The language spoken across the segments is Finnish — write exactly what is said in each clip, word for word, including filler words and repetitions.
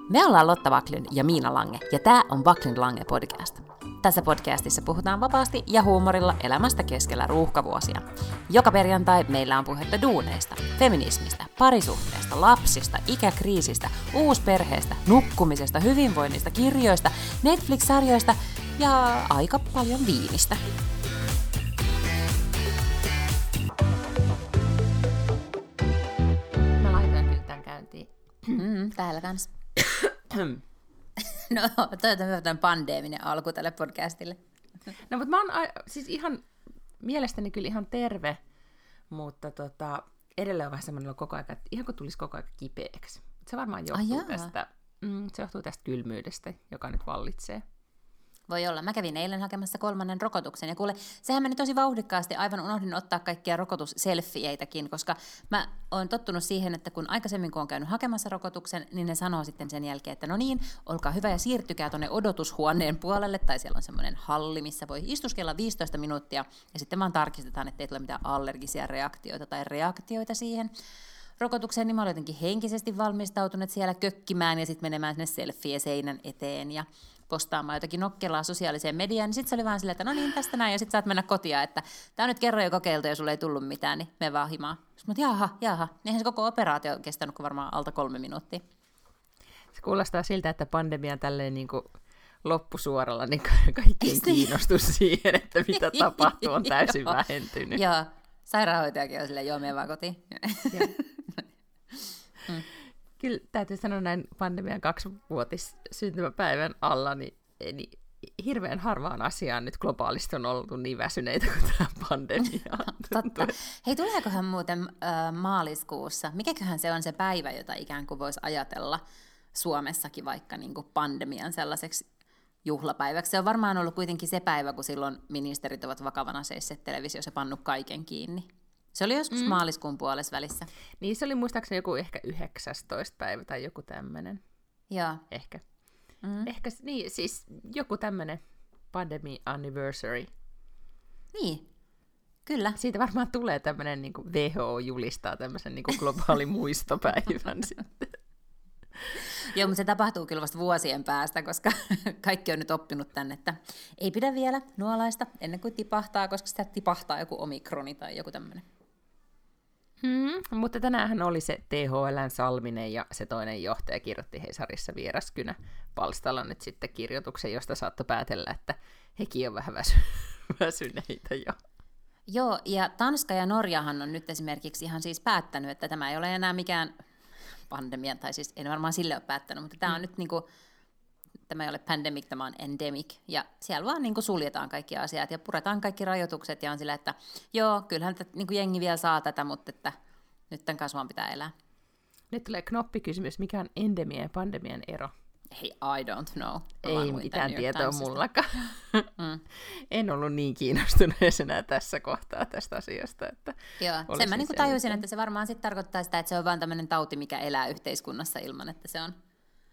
Me ollaan Lotta Wacklund ja Miina Lange, ja tää on Wacklund Lange podcast. Tässä podcastissa puhutaan vapaasti ja huumorilla elämästä keskellä ruuhkavuosia. Joka perjantai meillä on puhetta duuneista, feminismistä, parisuhteesta, lapsista, ikäkriisistä, uusperheestä, nukkumisesta, hyvinvoinnista, kirjoista, Netflix-sarjoista ja aika paljon viinistä. Mä laitoin kyllä tämän käyntiin. Mm, täällä kans. No, toivotaan pandeeminen alku tälle podcastille. No, mutta mä oon a- siis ihan, mielestäni kyllä ihan terve, mutta tota, edelleen on vähän semmoinen koko ajan, että ihan kun tulisi koko ajan kipeäksi. Se varmaan johtuu, Ai tästä, mm, se johtuu tästä kylmyydestä, joka nyt vallitsee. Voi olla. Mä kävin eilen hakemassa kolmannen rokotuksen, ja kuule, sehän meni tosi vauhdikkaasti, aivan unohdin ottaa kaikkia rokotusselfieitäkin, koska mä oon tottunut siihen, että kun aikaisemmin kun on käynyt hakemassa rokotuksen, niin ne sanoo sitten sen jälkeen, että no niin, olkaa hyvä ja siirtykää tuonne odotushuoneen puolelle, tai siellä on semmoinen halli, missä voi istuskella viisitoista minuuttia, ja sitten vaan tarkistetaan, ettei tule mitään allergisia reaktioita tai reaktioita siihen rokotukseen, niin mä olin jotenkin henkisesti valmistautunut siellä kökkimään ja sitten menemään sinne selfie seinän eteen ja postaamaan jotakin nokkelaa sosiaaliseen mediaan, niin sitten se oli vaan silleen, että no niin, tästä näin, ja sitten saat mennä kotia, että tää on nyt kerran jo kokeiltu, ja sulle ei tullut mitään, niin me vaan himaa. Sitten mä jaha, jaha, eihän se koko operaatio kestänyt kuin varmaan alta kolme minuuttia. Se kuulostaa siltä, että pandemia tälleen niin kuin loppusuoralla, niin kaikkien kiinnostus siihen, että mitä tapahtuu, on täysin vähentynyt. Joo, sairaanhoitajakin on silleen, joo, mene vaan kotiin. mm. Kyllä täytyy sanoa näin pandemian kaksivuotis syntymäpäivän alla, niin, niin hirveän harvaan asiaan nyt globaalisti on oltu niin väsyneitä kuin tämä pandemia. Totta. Hei, tuleekohan muuten äh, maaliskuussa, mikäköhän se on se päivä, jota ikään kuin voisi ajatella Suomessakin vaikka niin kuin pandemian sellaiseksi juhlapäiväksi? Se on varmaan ollut kuitenkin se päivä, kun silloin ministerit ovat vakavana seisseet televisiossa ja pannut kaiken kiinni. Se oli joskus mm. maaliskuun puolessa välissä. Niin, se oli muistaakseni joku ehkä yhdeksästoista päivä tai joku tämmöinen. Joo. Ehkä. Mm. Ehkä, niin, siis joku tämmöinen pandemic anniversary. Niin, kyllä. Siitä varmaan tulee tämmöinen, niin kuin W H O julistaa tämmöisen niin kuin globaali muistopäivän sitten. Joo, mutta se tapahtuu kyllä vasta vuosien päästä, koska kaikki on nyt oppinut tänne, että ei pidä vielä nuolaista ennen kuin tipahtaa, koska sitä tipahtaa joku omikroni tai joku tämmöinen. Hmm, mutta tänäänhän oli se T H L:n Salminen ja se toinen johtaja kirjoitti Hesarissa Vieraskynä palstalla nyt sitten kirjoituksen, josta saattoi päätellä, että hekin on vähän väsy- väsyneitä jo. Joo, ja Tanska ja Norjahan on nyt esimerkiksi ihan siis päättänyt, että tämä ei ole enää mikään pandemia, tai siis en varmaan sille ole päättänyt, mutta tämä on mm. nyt niinku, tämä ei ole pandemic, tämä on endemic, ja siellä vaan niinku suljetaan kaikki asiat ja puretaan kaikki rajoitukset, ja on sillä, että joo, kyllähän tätä, niinku jengi vielä saa tätä, mutta että nyt tämän kanssa vaan pitää elää. Nyt tulee knoppikysymys, mikä on endemian ja pandemian ero? Hei, I don't know. Ei mitään tietoa mullakaan. mm. En ollut niin kiinnostuneesena tässä kohtaa tästä asiasta. Että joo, sen mä niin tajusin, että se varmaan sit tarkoittaa sitä, että se on vaan tämmöinen tauti, mikä elää yhteiskunnassa ilman, että se on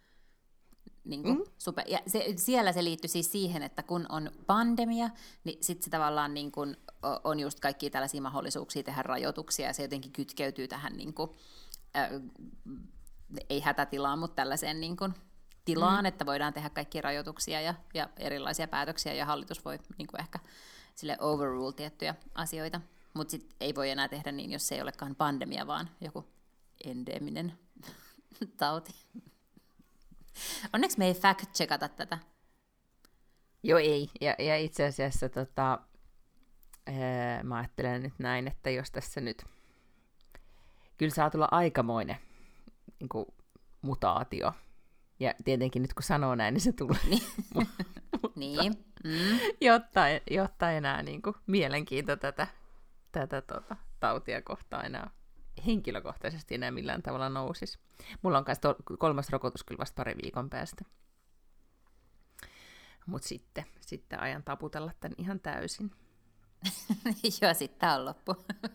niin kuin, mm. super. Ja se, siellä se liittyy siis siihen, että kun on pandemia, niin sitten se tavallaan niin kuin on just kaikkia tällaisia mahdollisuuksia tehdä rajoituksia, ja se jotenkin kytkeytyy tähän, niin kuin, äh, ei hätätilaan, mutta tällaiseen niin kuin tilaan, mm. että voidaan tehdä kaikkia rajoituksia ja, ja erilaisia päätöksiä, ja hallitus voi niin kuin ehkä sille overrule tiettyjä asioita, mutta sitten ei voi enää tehdä niin, jos se ei olekaan pandemia, vaan joku endeminen tauti. Onneksi me ei fact-checkata tätä. Joo, ei. Ja, ja itse asiassa tota, ää, mä ajattelen nyt näin, että jos tässä nyt kyllä saa tulla aikamoinen niin kuin mutaatio. Ja tietenkin nyt kun sanoo näin, niin se tulee. niin. Mm. Jotta, jotta enää niin kuin mielenkiinto tätä, tätä tota, tautia kohtaan enää henkilökohtaisesti enää millään tavalla nousisi. Mulla on myös to- kolmas rokotus kyllä vasta pari viikon päästä. Mutta sitten, sitten ajan taputella tämän ihan täysin. Joo, sitten tämä on loppu.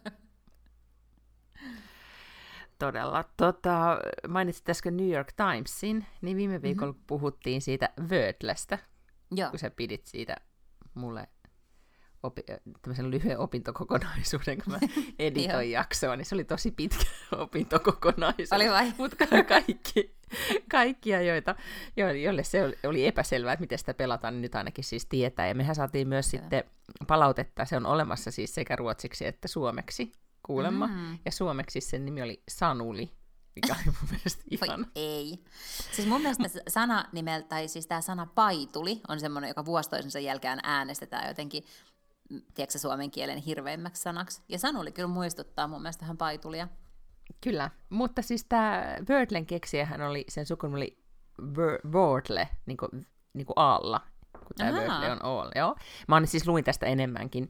Todella. Tota, mainitsit äsken New York Timesin, niin viime viikolla mm-hmm. puhuttiin siitä Wordlestä, Joo. kun sä pidit siitä mulle opi, tämmöisen lyhyen opintokokonaisuuden, kun mä editoin jaksoa, niin se oli tosi pitkä opintokokonaisuus. Oli vai? Mutta kaikki, kaikkia, joita, joille se oli epäselvää, että miten sitä pelataan, niin nyt ainakin siis tietää. Ja mehän saatiin myös Kyllä. sitten palautetta, se on olemassa siis sekä ruotsiksi että suomeksi kuulemma. Mm. Ja suomeksi sen nimi oli Sanuli, mikä oli mun mielestä ihana. Ei. Siis mun mielestä sana nimeltä, tai siis tämä sana paituli on semmoinen, joka vuosi toisensa jälkeen äänestetään jotenkin, tiedätkö, suomen kielen hirveimmäksi sanaksi. Ja Sanuli kyllä muistuttaa mun mielestä tähän paitulia. Kyllä, mutta siis tämä Wordlen keksijähän oli, sen sukunimi oli Wordle, niin kuin, niin kuin aalla, kun tämä Wordle on all. Joo. Mä oon siis luin tästä enemmänkin,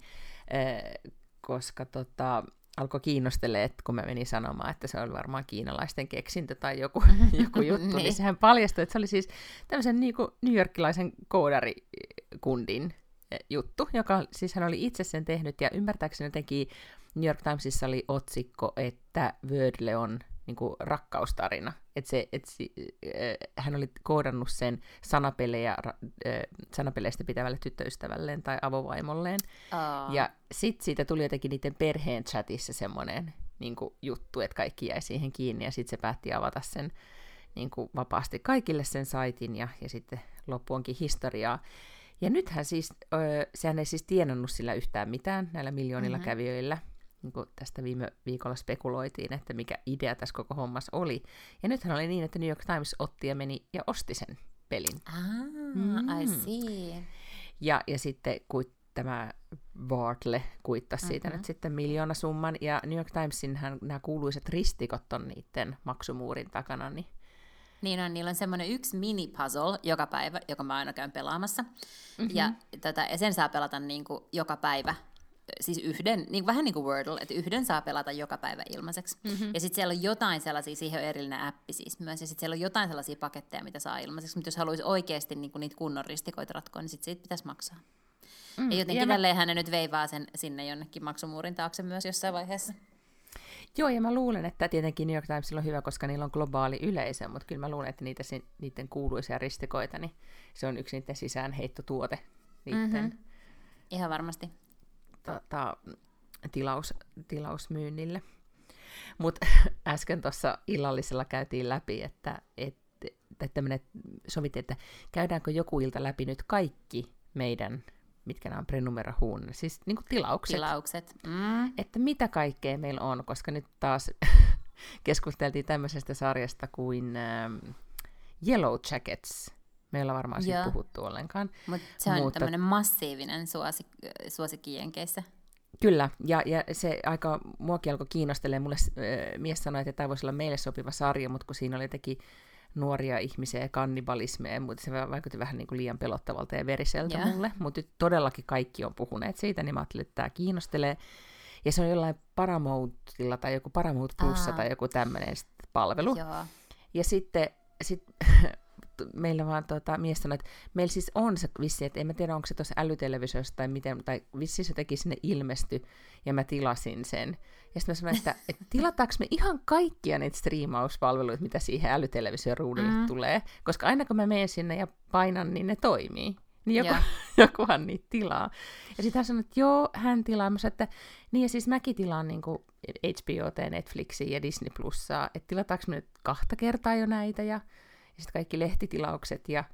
koska tota, alkoi kiinnostelemaan, että kun mä menin sanomaan, että se oli varmaan kiinalaisten keksintö tai joku, joku juttu, niin. niin sehän paljastui, että se oli siis tämmöisen niin kuin newyorkilaisen koodarikundin juttu, joka siis hän oli itse sen tehnyt, ja ymmärtääkseni teki New York Timesissa oli otsikko, että Wordle on niin kuin rakkaustarina. Että se, et si, äh, hän oli koodannut sen sanapelejä, äh, sanapeleistä pitävälle tyttöystävälleen tai avovaimolleen. Oh. Ja sitten siitä tuli jotenkin niiden perheen chatissa semmoinen niin kuin juttu, että kaikki jäi siihen kiinni, ja sitten se päätti avata sen niin kuin vapaasti kaikille sen saitin, ja, ja sitten loppu onkin historiaa. Ja nythän siis, äh, sehän ei siis tienannut sillä yhtään mitään näillä miljoonilla mm-hmm. kävijöillä. Niin kuin tästä viime viikolla spekuloitiin, että mikä idea tässä koko hommassa oli. Ja nythän oli niin, että New York Times otti ja meni ja osti sen pelin. Ah, mm. I see. Ja, ja sitten kun tämä Wordle kuittasi siitä mm-hmm. nyt sitten miljoonasumman, ja New York Timesin nämä kuuluiset ristikot on niiden maksumuurin takana, niin Niin on, niillä on semmoinen yksi mini-puzzle joka päivä, joka mä aina käyn pelaamassa. Mm-hmm. Ja, tota, ja sen saa pelata niin kuin joka päivä. Siis yhden, niin vähän niin kuin Wordle, että yhden saa pelata joka päivä ilmaiseksi. Mm-hmm. Ja sitten siellä on jotain sellaisia, siihen on erillinen appi siis myös, ja sitten siellä on jotain sellaisia paketteja, mitä saa ilmaiseksi, mutta jos haluaisi oikeasti niin kuin niitä kunnon ristikoita ratkoa, niin sitten siitä pitäisi maksaa. Mm, ja jotenkin tälleen hän nyt veivaa sen sinne jonnekin maksumuurin taakse myös jossain vaiheessa. Joo, ja mä luulen, että tietenkin New York Timesilla on hyvä, koska niillä on globaali yleisö, mutta kyllä mä luulen, että niitä, niiden kuuluisia ristikoita, niin se on yksi niiden sisäänheittotuote niiden. Mm-hmm. Ihan varmasti. Tota, tilaus, tilausmyynnille. Mutta äsken tuossa illallisella käytiin läpi, että, että, että sovittiin, että käydäänkö joku ilta läpi nyt kaikki meidän, mitkä nämä on prenumerahuun, siis niin kuin tilaukset. Tilaukset. Mm. Että mitä kaikkea meillä on, koska nyt taas keskusteltiin tämmöisestä sarjasta kuin ähm, Yellow Jackets. Meillä on varmaan siitä puhuttu ollenkaan. Mut se on Mutta tämmöinen massiivinen suosik, suosikki Jenkeissä. Kyllä, ja, ja se aika muakin alkoi kiinnostelemaan. Mulle äh, mies sanoi, että tämä voisi olla meille sopiva sarja, mutta kun siinä oli jotenkin nuoria ihmisiä ja kannibalismia, mutta se vaikutti vähän niin kuin liian pelottavalta ja veriseltä yeah. mulle. Mutta nyt todellakin kaikki on puhuneet siitä, niin mä ajattelin, että tämä kiinnostelee. Ja se on jollain Paramountilla tai joku Paramount Plussa Aa. tai joku tämmöinen palvelu. Joo. Ja sitten sit, meillä vaan tuota, mies sanoi, että meillä siis on se vissi, että en mä tiedä, onko se tuossa älytelevisiossa tai miten, tai vissi se teki sinne ilmesty, ja mä tilasin sen. Ja sitten mä sanoin, että, että tilataanko me ihan kaikkia niitä striimauspalveluita, mitä siihen älytelevision ruudulle mm. tulee, koska aina kun mä menen sinne ja painan, niin ne toimii. Niin joku, yeah. jokuhan niitä tilaa. Ja sitten hän sanoi, että joo, hän tilaa. Mä sanoin, että niin ja siis mäkin tilaan niin kuin H B O, Netflixiä ja Disney Plussaa, että tilataanko me nyt kahta kertaa jo näitä, ja Ja sitten kaikki lehtitilaukset ja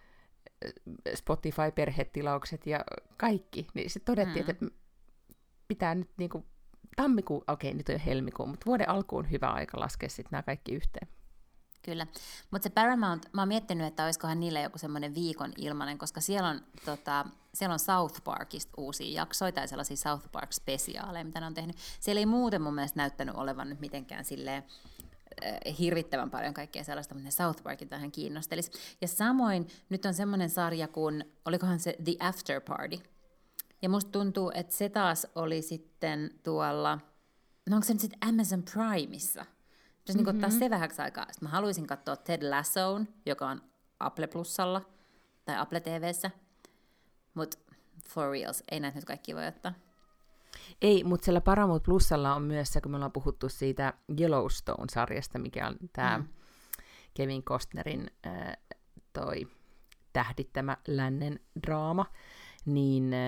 Spotify-perhetilaukset ja kaikki. Niin sitten todettiin, mm. että pitää nyt niinku tammikuun, okei okay, nyt on jo helmikuun, mutta vuoden alkuun hyvä aika laskea sitten nämä kaikki yhteen. Kyllä, mutta se Paramount, mä oon miettinyt, että olisikohan niillä joku semmoinen viikon ilmainen, koska siellä on, tota, siellä on South Parkista uusia jaksoja tai sellaisia South Park-spesiaaleja, mitä ne on tehnyt. Siellä ei muuten mun mielestä näyttänyt olevan nyt mitenkään silleen hirvittävän paljon kaikkea sellaista, mutta ne South Parkit vähän kiinnostelisi. Ja samoin nyt on semmoinen sarja kuin, olikohan se The After Party. Ja musta tuntuu, että se taas oli sitten tuolla, no onko se nyt sitten Amazon Primeissa? Pitäisi mm-hmm. niin ottaa se vähäksi aikaa. Sitten mä haluaisin katsoa Ted Lassoon, joka on Apple Plusalla tai Apple T V:ssä. Mutta for reals, ei näitä nyt kaikki voi ottaa. Ei, mutta siellä Paramount Plusalla on myös se, kun me ollaan puhuttu siitä Yellowstone-sarjasta, mikä on tämä mm. Kevin Costnerin äh, toi tähdittämä lännen draama, niin äh,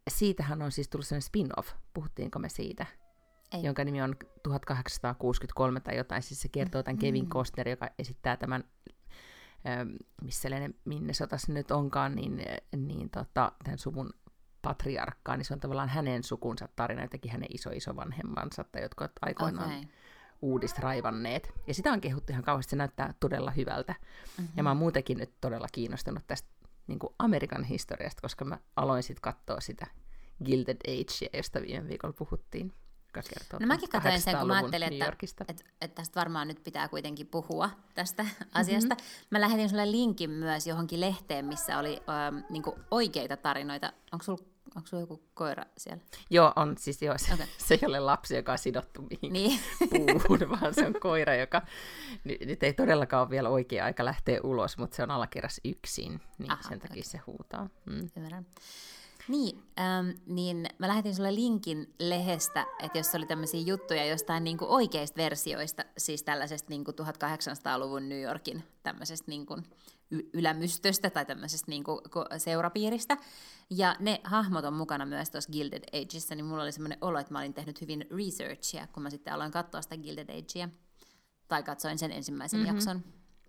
siitähän on siis tullut sellainen spin-off, puhuttiinko me siitä? Ei. Jonka nimi on tuhatkahdeksansataakuusikymmentäkolme tai jotain, siis se kertoo tämän Kevin mm. Costner, joka esittää tämän, ähm, missä Minnesotassa nyt onkaan, niin, niin tota, tämän suvun patriarkkaa, niin se on tavallaan hänen sukunsa tarina, jotenkin hänen iso-isovanhemmansa, tai jotka ovat aikoinaan okay. uudisraivanneet. Ja sitä on kehuttu ihan kauheasti, se näyttää todella hyvältä. Mm-hmm. Ja mä oon muutenkin nyt todella kiinnostunut tästä niin kuin Amerikan historiasta, koska mä aloin sitten katsoa sitä Gilded Agea, josta viime viikolla puhuttiin. No mäkin katsoin sen, kun mä ajattelin, että, että, että tästä varmaan nyt pitää kuitenkin puhua tästä mm-hmm. asiasta. Mä lähetin sulle linkin myös johonkin lehteen, missä oli ähm, niinku oikeita tarinoita. Onko sulla onko sulla joku koira siellä? Joo, on siis joo, se, okay. se ei ole lapsi, joka on sidottu mihinkään niin. puuhun, vaan se on koira, joka nyt ei todellakaan ole vielä oikea aika lähteä ulos, mutta se on alakerras yksin, niin Aha, sen takia okay. se huutaa. Mm. Ymmärrän. Niin, ähm, niin mä lähetin sulle linkin lehdestä, että jos oli tämmöisiä juttuja jostain niinku oikeista versioista, siis tällaisesta niinku tuhatkahdeksansataaluvun New Yorkin tämmöisestä niinku y- ylämystöstä tai tämmöisestä niinku seurapiiristä. Ja ne hahmot on mukana myös tuossa Gilded Ageissa, niin mulla oli semmoinen olo, että mä olin tehnyt hyvin researchia, kun mä sitten aloin katsoa sitä Gilded Agea. Tai katsoin sen ensimmäisen mm-hmm. jakson.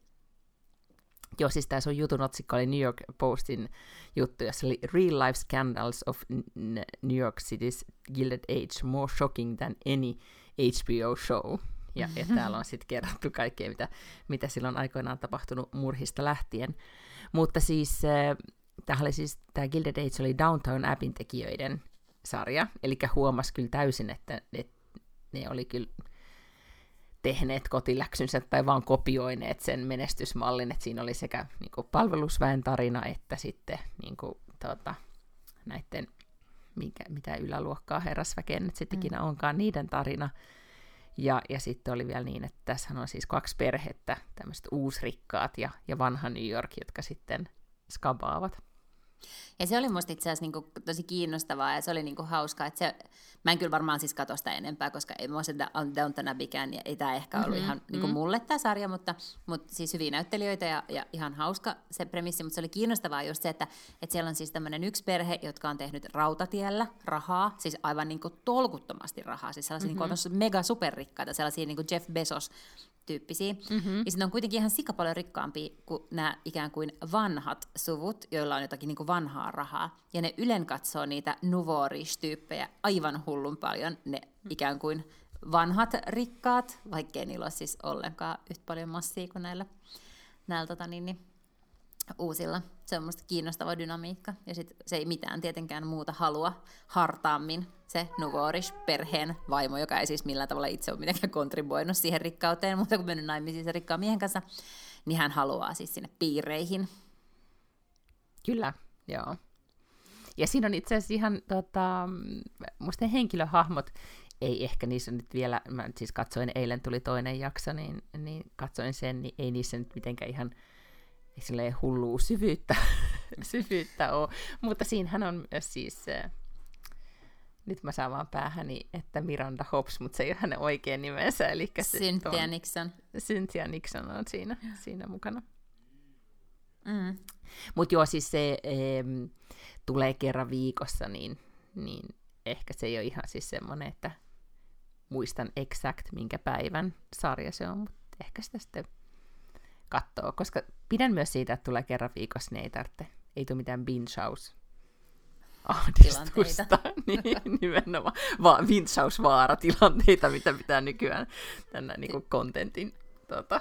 Joo, siis tämä sun jutun otsikko oli New York Postin juttu, jossa oli Real Life Scandals of N- New York City's Gilded Age, more shocking than any H B O show. Ja, ja täällä on sitten kerrottu kaikkea, mitä, mitä silloin aikoinaan tapahtunut murhista lähtien. Mutta siis, tämä oli siis, tämä Gilded Age oli Downtown Abbyn tekijöiden sarja, eli huomasi kyllä täysin, että, että ne oli kyllä tehneet kotiläksynsä tai vaan kopioineet sen menestysmallin, että siinä oli sekä niin kuin palvelusväen tarina, että sitten niin kuin, tuota, näiden, mikä, mitä yläluokkaa herrasväkeä nyt sitten ikinä mm. onkaan, niiden tarina. Ja, ja sitten oli vielä niin, että tässä on siis kaksi perhettä, tämmöiset uusrikkaat ja, ja vanha New York, jotka sitten skabaavat. Ja se oli musta itse asiassa niinku tosi kiinnostavaa ja se oli niinku hauskaa, että se, mä en kyllä varmaan siis katso sitä enempää, koska ei mua se Downton Abbey-kään, ja ei tämä ehkä ollut mm-hmm. ihan niinku mulle tämä sarja, mutta, mutta siis hyviä näyttelijöitä ja, ja ihan hauska se premissi, mutta se oli kiinnostavaa just se, että, että siellä on siis tämmöinen yksi perhe, jotka on tehnyt rautatiellä rahaa, siis aivan niinku tolkuttomasti rahaa, siis sellaisia mm-hmm. niinku mega superrikkaita, sellaisia niinku Jeff Bezos tyyppisiä. Mm-hmm. Ja sitten on kuitenkin ihan sika paljon rikkaampia kuin nämä ikään kuin vanhat suvut, joilla on jotakin niin kuin vanhaa rahaa. Ja ne ylen katsoo niitä nouveau-riche-tyyppejä aivan hullun paljon, ne ikään kuin vanhat rikkaat, vaikkei niillä ole siis ollenkaan yhtä paljon massia kuin näillä, näillä tota niin, niin, uusilla. Se on musta kiinnostava dynamiikka. Ja sit se ei mitään tietenkään muuta halua hartaammin se nouveau-riche-perheen vaimo, joka ei siis millään tavalla itse ole mitenkään kontribuoinut siihen rikkauteen, mutta kun mennyt naimisiin sen rikkaan miehen kanssa, niin hän haluaa siis sinne piireihin. Kyllä, joo. Ja siinä on itse asiassa ihan, tota, musta henkilöhahmot, ei ehkä niissä nyt vielä, mä siis katsoin, eilen tuli toinen jakso, niin, niin katsoin sen, niin ei niissä nyt mitenkään ihan silleen hullua syvyyttä, syvyyttä ole. Mutta siinähän on myös siis, äh, nyt mä saan vaan päähäni, että Miranda Hobbs, mutta se ei ole hänen oikein nimensä. Eli Cynthia on, Nixon. Cynthia Nixon on siinä, siinä mukana. Mm. Mutta joo, siis se ähm, tulee kerran viikossa, niin, niin ehkä se ei ole ihan siis semmoinen, että muistan exact minkä päivän sarja se on, mutta ehkä sitä sitten kattoo, koska pidän myös siitä, että tulee kerran viikossa, niin ei tarvitse, ei tule mitään binge-house ahdistusta, niin, nimenomaan, vaan binge-house-vaaratilanteita, mitä pitää nykyään tänä niin kuin kontentin tota,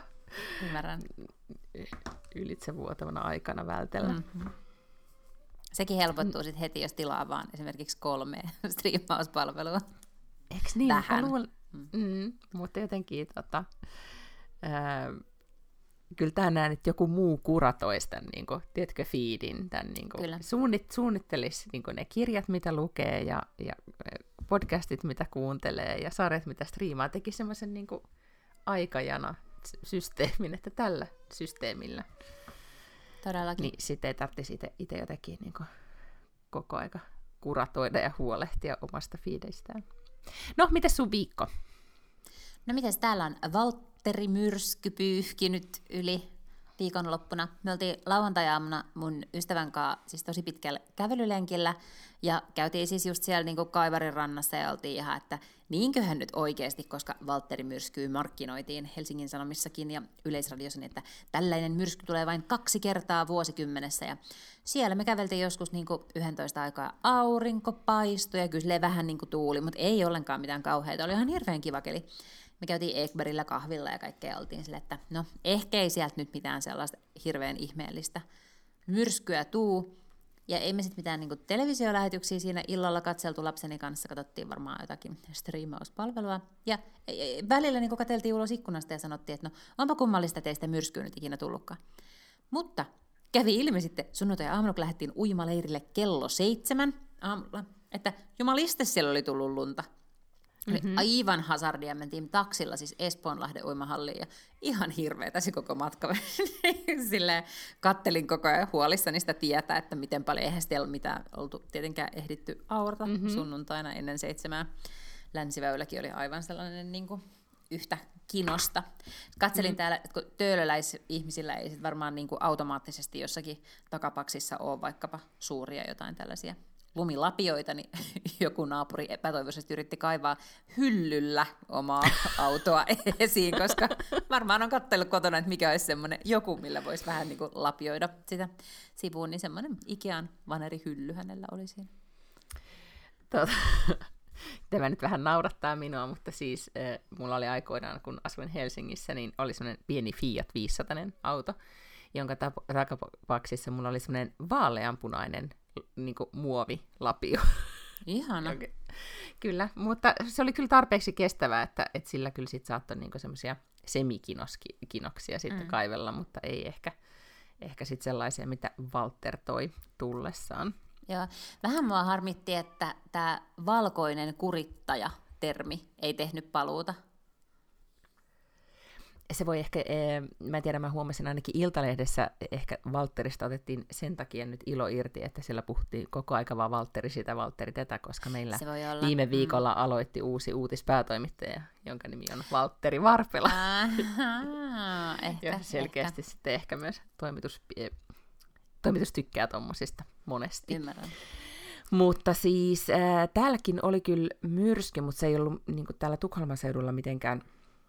ylitsevuotavana aikana vältellä. Mm-hmm. Sekin helpottuu sitten heti, jos tilaa vaan esimerkiksi kolme striimauspalvelua. Eikö niin? Tähän. Luulen, mm, mutta jotenkin tota, ää, kyllä tämä näen, että joku muu kuratoisi tämän, niin kuin, tiedätkö, feedin, tämän, niin kuin, suunnit, suunnittelisi niin kuin ne kirjat, mitä lukee, ja, ja podcastit, mitä kuuntelee, ja sarjat, mitä striimaa, teki semmoisen niin kuin aikajana systeemin, että tällä systeemillä. Todellakin. Niin sitten ei tarvitsisi itse jotenkin niin kuin, koko aika kuratoida ja huolehtia omasta feedeistään. No, mites sun viikko? No mites täällä on Valtteri Myrsky pyyhkinyt yli viikonloppuna. Me oltiin lauantai-aamuna mun ystävän kanssa siis tosi pitkällä kävelylenkillä, ja käytiin siis just siellä niin kuin Kaivarin rannassa, ja oltiin ihan, että niinköhän nyt oikeasti, koska Valtteri myrskyy markkinoitiin Helsingin Sanomissakin ja Yleisradiossa, niin että tällainen myrsky tulee vain kaksi kertaa vuosikymmenessä, ja siellä me käveltiin joskus niin kuin yksitoista aikaa, aurinko paistui, ja kyllä vähän niin kuin tuuli, mutta ei ollenkaan mitään kauheita, oli ihan hirveän kiva keli. Me käytiin Ekbergillä kahvilla ja kaikkea oltiin sille, että no ehkä ei sieltä nyt mitään sellaista hirveän ihmeellistä myrskyä tuu. Ja ei me sitten mitään niinku televisiolähetyksiä siinä illalla katseltu lapseni kanssa, katsottiin varmaan jotakin striimauspalvelua. Ja välillä niinku katseltiin ulos ikkunasta ja sanottiin, että no onpa kummallista teistä myrskyä nyt ikinä tullutkaan. Mutta kävi ilmi sitten sunnuntai-aamuna, kun lähdettiin uimaleirille kello seitsemän aamulla, että jumaliste siellä oli tullut lunta. Mm-hmm. Aivan hazardia, mentiin taksilla siis Espoonlahden uimahalliin ja ihan hirveetä se koko matka. Silleen kattelin koko ajan huolissani sitä tietää, että miten paljon, eihän sitten ole mitään oltu tietenkään ehditty aurata mm-hmm. sunnuntaina ennen seitsemää. Länsiväyläkin oli aivan sellainen niin kuin yhtä kinosta. Katselin mm-hmm. täällä, että kun töölöläisihmisillä ei sit varmaan niin kuin automaattisesti jossakin takapaksissa ole vaikkapa suuria jotain tällaisia lumilapioita, niin joku naapuri epätoivoisesti yritti kaivaa hyllyllä omaa autoa esiin, koska varmaan on katsellut kotona, että mikä olisi semmoinen joku, millä voisi vähän niin kuin lapioida sitä sivuun, niin semmoinen Ikean vanerihylly hänellä oli siinä. Tota, tämä nyt vähän naurattaa minua, mutta siis äh, mulla oli aikoinaan, kun asuin Helsingissä, niin oli semmoinen pieni Fiat viisisataa auto, jonka takapaksissa mulla oli semmoinen vaaleanpunainen niinku muovilapio. Ihana. Okay. Kyllä, mutta se oli kyllä tarpeeksi kestävää, että, että sillä kyllä sit saattoi niinku semmoisia semikinoksia sitten mm. kaivella, mutta ei ehkä, ehkä sitten sellaisia, mitä Walter toi tullessaan. Joo, vähän mua harmitti, että tämä valkoinen kurittaja-termi ei tehnyt paluuta. Se voi ehkä, mä en tiedä, mä huomasin ainakin Iltalehdessä, ehkä Valtterista otettiin sen takia nyt ilo irti, että siellä puhuttiin koko aika vaan Valtteri sitä, Valtteri tätä, koska meillä viime viikolla mm. aloitti uusi uutispäätoimittaja, jonka nimi on Valtteri Varpela. Aha, ehkä, ja selkeästi ehkä. Sitten ehkä myös toimitus, toimitus tykkää tommosista monesti. Ymmärrän. Mutta siis äh, täälläkin oli kyllä myrsky, mutta se ei ollut niin kuin täällä Tukholman seudulla mitenkään,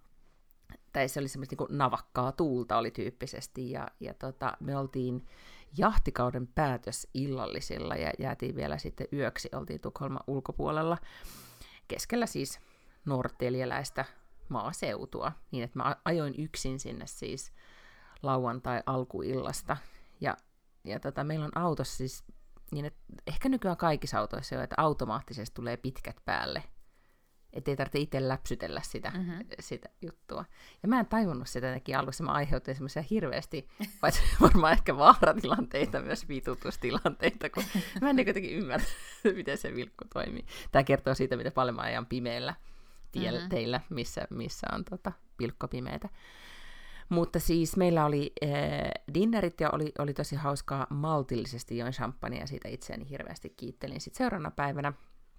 tai se oli semmoista niin kuin navakkaa tuulta oli tyyppisesti, ja, ja tota, me oltiin jahtikauden päätös illallisilla, ja jäätiin vielä sitten yöksi, oltiin Tukholman ulkopuolella, keskellä siis norteliäläistä maaseutua, niin että mä ajoin yksin sinne siis lauantai alkuillasta, ja, ja tota, meillä on autossa siis, niin että ehkä nykyään kaikissa autoissa on, että automaattisesti tulee pitkät päälle, ettei tarvitse itse läpsytellä sitä, mm-hmm. sitä juttua. Ja mä en tajunnut sitä jotenkin alussa, mä aiheutin semmoisia hirveästi, paitsi varmaan ehkä vaaratilanteita, myös vitutustilanteita, kun mä en jotenkin ymmärrä, miten se vilkku toimii. Tämä kertoo siitä, miten paljon mä ajan pimeällä tiellä mm-hmm. teillä, missä, missä on tota, pilkkopimeitä. Mutta siis meillä oli äh, dinnerit ja oli, oli tosi hauskaa, maltillisesti join champagnea ja siitä itseäni hirveästi kiittelin. Sitten seuraavana päivänä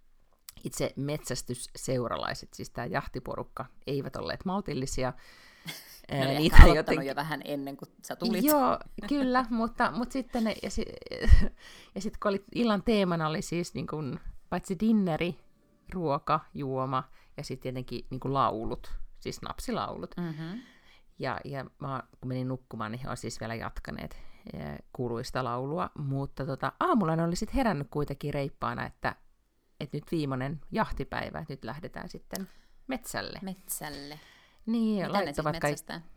itse metsästysseuralaiset, siis tämä jahtiporukka, eivät olleet maltillisia. Ne oli niitä aloittanut jotenkin jo vähän ennen kuin sä tulit. Joo, kyllä, mutta, mutta sitten ne, ja, si, ja sitten kun oli, illan teemana oli siis niin kuin, paitsi dinneri, ruoka, juoma ja sitten tietenkin niin kuin laulut, siis napsilaulut. Mm-hmm. Ja, ja mä, kun menin nukkumaan, niin he olisivat siis vielä jatkaneet kuuluista laulua, mutta tota, aamulla ne oli sitten herännyt kuitenkin reippaana, että että nyt viimeinen jahtipäivä, että nyt lähdetään sitten metsälle. Metsälle. Niin, mitä laittavat ne siis kaikki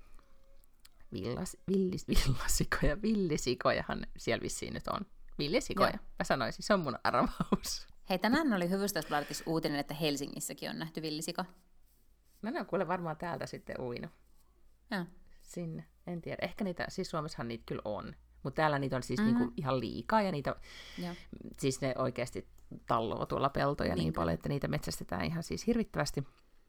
villas, villis, villasikoja, villisikojahan siellä vissiin nyt on. Villisikoja, Joo. Mä sanoisin, se on mun arvaus. Hei, tänään oli Hufvudstadsbladetissa uutinen, että Helsingissäkin on nähty villisiko. Mä ne on kuule varmaan täältä sitten uinut. Joo. Sinne, en tiedä. Ehkä niitä, siis Suomessahan niitä kyllä on. Mutta täällä niitä on siis mm-hmm. niinku ihan liikaa, ja niitä, Joo. siis ne oikeasti talloo tuolla peltoja niin, niin paljon, että niitä metsästetään ihan siis hirvittävästi.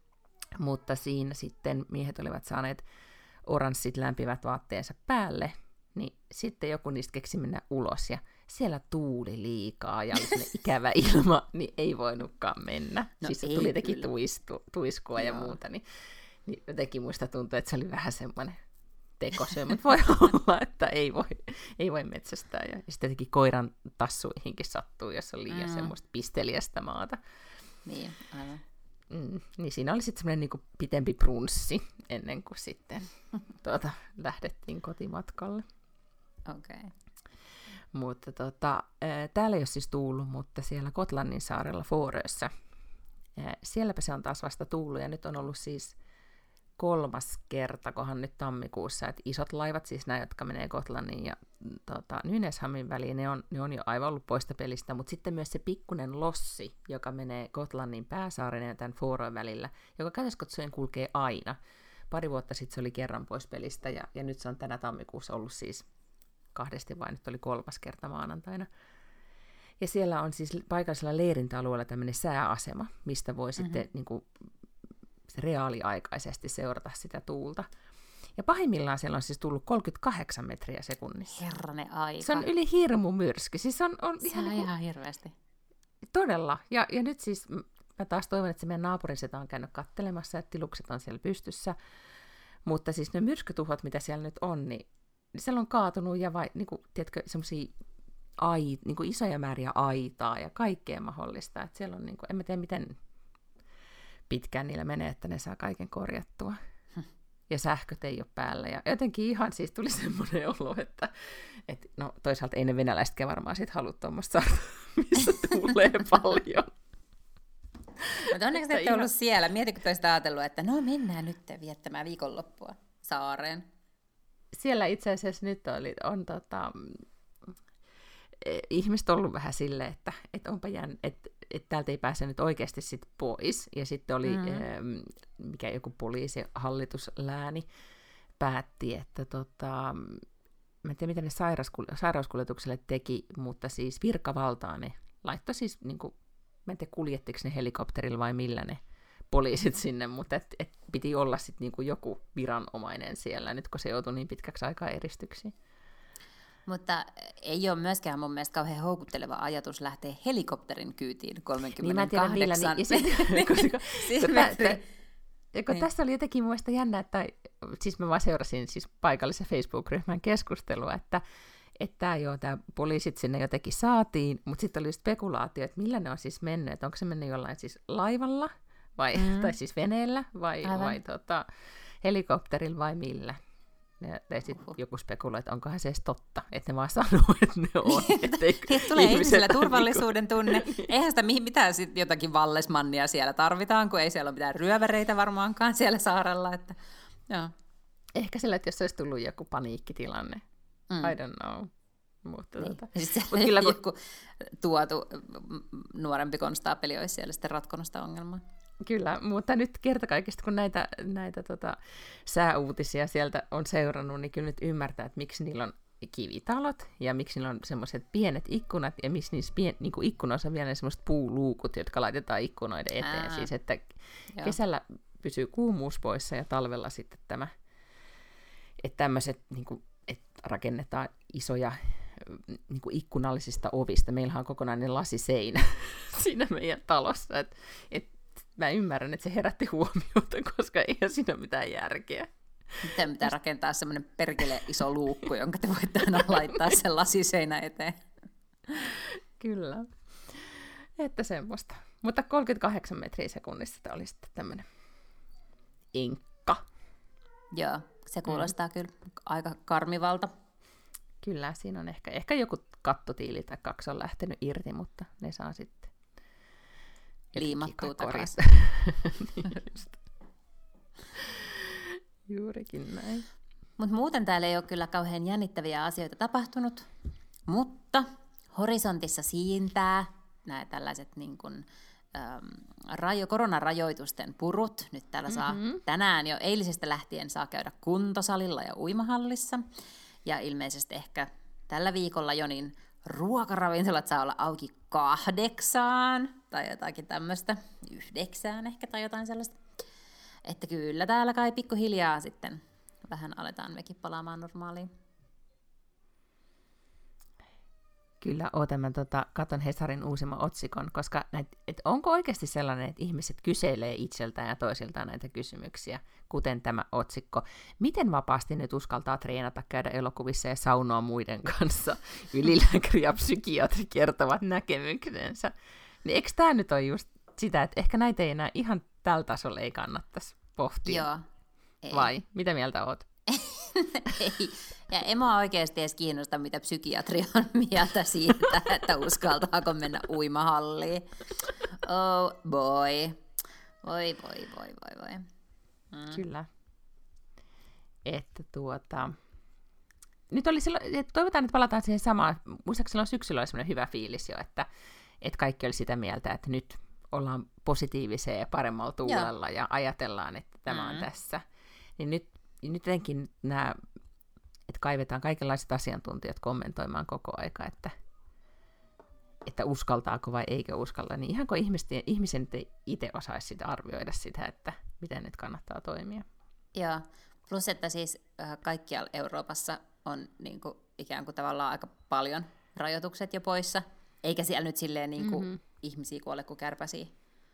Mutta siinä sitten miehet olivat saaneet oranssit lämpivät vaatteensa päälle, niin sitten joku niistä keksi mennä ulos, ja siellä tuuli liikaa, ja oli sellainen ikävä ilma, niin ei voinutkaan mennä. No siis tuli jotenkin tuistu, tuiskua Joo. ja muuta, niin, niin jotenkin muista tuntui, että se oli vähän semmoinen tekosyy, mutta voi olla, että ei voi, ei voi metsästää. Ja sitten jotenkin koiran tassuihinkin sattuu, jos on liian mm. semmoista pisteliästä maata. Niin, aivan. Mm, niin siinä oli sitten semmoinen niinku pitempi brunssi ennen kuin sitten tuota, lähdettiin kotimatkalle. Okei. Okay. Mutta tota, täällä ei ole siis tuullut, mutta siellä Gotlannin saarella Fårössä, sielläpä se on taas vasta tuullut, ja nyt on ollut siis kolmas kerta, kohan nyt tammikuussa, että isot laivat, siis nämä, jotka menee Gotlannin ja tota, Nynäshamnin väliin, ne on, ne on jo aivan ollut poista pelistä, mutta sitten myös se pikkunen lossi, joka menee Gotlannin pääsaaren ja tämän Fårön välillä, joka käytössä katsoen kulkee aina. Pari vuotta sitten se oli kerran pois pelistä, ja, ja nyt se on tänä tammikuussa ollut siis kahdesti vain, nyt oli kolmas kerta maanantaina. Ja siellä on siis paikallisella leirintäalueella tämmöinen sääasema, mistä voi mm-hmm. sitten niin kuin, reaaliaikaisesti seurata sitä tuulta. Ja pahimmillaan siellä on siis tullut kolmekymmentäkahdeksan metriä sekunnissa. Herranen aika. Se on yli hirmu myrsky. Siis on, on se ihan, on niin ihan hirveästi. Todella. Ja, ja nyt siis mä taas toivon, että se meidän naapurin sitä on käynyt kattelemassa, että tilukset on siellä pystyssä. Mutta siis ne myrskytuhot, mitä siellä nyt on, niin siellä on kaatunut ja vai, niin kuin, tiedätkö, semmoisia ai, niin kuin isoja määriä aitaa ja kaikkea mahdollista. Että siellä on, niin kuin, en mä tiedä miten pitkään niillä menee, että ne saa kaiken korjattua. Hm. Ja sähköt ei ole päällä. Ja jotenkin ihan siis tuli semmoinen olo, että, että no toisaalta ei ne venäläisetkään varmaan sit halua tuommoista saada, missä tuulee paljon. Mutta onneksi te ette ihan ollut siellä. Mietitkö toista ajatellut, että no mennään nyt viettämään viikonloppua saareen? Siellä itse asiassa nyt oli, on tota, ihmiset ollut vähän silleen, että, että onpa jään, että, että täältä ei pääse nyt oikeasti sit pois. Ja sitten oli, mm-hmm. mikä joku poliisihallituslääni päätti, että tota, mä en tiedä mitä ne sairauskul- sairauskuljetukselle teki, mutta siis virkavaltaa ne laittoi siis, niin kuin, mä en tiedä kuljettiko ne helikopterilla vai millä ne poliisit sinne, mutta et, et piti olla sitten niinku joku viranomainen siellä, nyt kun se joutui niin pitkäksi aikaa eristyksiin. Mutta ei ole myöskään mun mielestä kauhean houkutteleva ajatus lähteä helikopterin kyytiin kolmekymmentäkahdeksan. Niin mä tiedän, millä, niin, kun tässä oli jotenkin muista jännä, että siis mä vaan seurasin siis paikallisen Facebook-ryhmän keskustelua, että että joo, tämä poliisit sinne jotenkin saatiin, mutta sitten oli spekulaatio, että millä ne on siis mennyt, että onko se mennyt jollain siis laivalla, vai, mm. tai siis veneellä, vai, vai tota, helikopterilla, vai millä. Ja, ja sitten uh-huh. joku spekuloi, että onkohan se edes totta, että ne vaan sanoo, että ne on. Että tulee ihmisillä turvallisuuden tunne. Eihän sitä mitään sit jotakin vallesmannia siellä tarvitaan, kun ei siellä ole mitään ryöväreitä varmaankaan siellä saarella. Että, joo. Ehkä sillä, että jos olisi tullut joku paniikkitilanne. Mm. I don't know. Mutta niin. tota. Mut kyllä, kun joku tuotu nuorempi konstaapeli olisi siellä sitten ratkonut sitä ongelmaa. Kyllä, mutta nyt kerta kaikista, kun näitä, näitä tota, sääuutisia sieltä on seurannut, niin kyllä nyt ymmärtää, että miksi niillä on kivitalot ja miksi niillä on semmoiset pienet ikkunat ja miksi niissä pien, niin kuin ikkunoissa on vielä ne semmoiset puuluukut, jotka laitetaan ikkunoiden eteen. Ää, siis että joo. Kesällä pysyy kuumuus poissa ja talvella sitten tämä, että tämmöiset niin kuin että rakennetaan isoja niin kuin ikkunallisista ovista. Meillähän on kokonainen lasiseinä siinä meidän talossa. Et, et mä ymmärrän, että se herätti huomiota, koska eihän siinä ole mitään järkeä. Miten pitää rakentaa semmoinen perkele iso luukku, jonka te voitte aina laittaa sen lasiseinä eteen. Kyllä. Että semmoista. Mutta kolmekymmentäkahdeksan metriä sekunnissa tämä oli sitten tämmöinen enkka. Joo. Se kuulostaa mm. kyllä aika karmivalta. Kyllä, siinä on ehkä, ehkä joku kattotiili tai kaksi on lähtenyt irti, mutta ne saa sitten liimattua takaisin. Niin juurikin näin. Mutta muuten täällä ei ole kyllä kauhean jännittäviä asioita tapahtunut, mutta horisontissa siintää nämä tällaiset niin kuin rajo, koronarajoitusten purut. Nyt täällä saa mm-hmm. tänään jo eilisestä lähtien saa käydä kuntosalilla ja uimahallissa. Ja ilmeisesti ehkä tällä viikolla jo niin ruokaravintolat saa olla auki kahdeksaan tai jotakin tämmöistä, yhdeksään ehkä tai jotain sellaista. Että kyllä täällä kai pikkuhiljaa sitten vähän aletaan mekin palaamaan normaaliin. Kyllä, ootan mä tota, katon Hesarin uusimman otsikon, koska näit, et onko oikeasti sellainen, että ihmiset kyselee itseltään ja toisiltaan näitä kysymyksiä, kuten tämä otsikko. Miten vapaasti nyt uskaltaa treenata, käydä elokuvissa ja saunoa muiden kanssa? Ylilääkäri ja psykiatri kertovat näkemyksensä. Niin eikö tämä nyt ole just sitä, että ehkä näitä ei enää ihan tällä tasolla ei kannattaisi pohtia? Joo. Ei. Vai? Mitä mieltä oot? Ei. Ja en mä oikeasti edes kiinnosta, mitä psykiatri on mieltä siitä, että uskaltaako mennä uimahalliin. Oh boy. Voi, voi, voi, voi, voi. Mm. Kyllä. Että tuota... Nyt oli silloin, että toivotaan, että palataan siihen samaan. Muistaakseni silloin syksyllä oli semmoinen hyvä fiilis jo, että, että kaikki oli sitä mieltä, että nyt ollaan positiivisia ja paremmalla tuulella ja ajatellaan, että tämä on mm. tässä. Niin nyt, nyt jotenkin nämä... että kaivetaan kaikenlaiset asiantuntijat kommentoimaan koko aika, että, että uskaltaako vai eikö uskalla, niin ihan kun ihmisten, ihmisen itse osaisi sitä arvioida sitä, että miten nyt kannattaa toimia. Joo, plus että siis äh, kaikkialla Euroopassa on niin kuin, ikään kuin tavallaan aika paljon rajoitukset jo poissa, eikä siellä nyt silleen niin kuin, mm-hmm. ihmisiä kuole kuin kärpäsiä.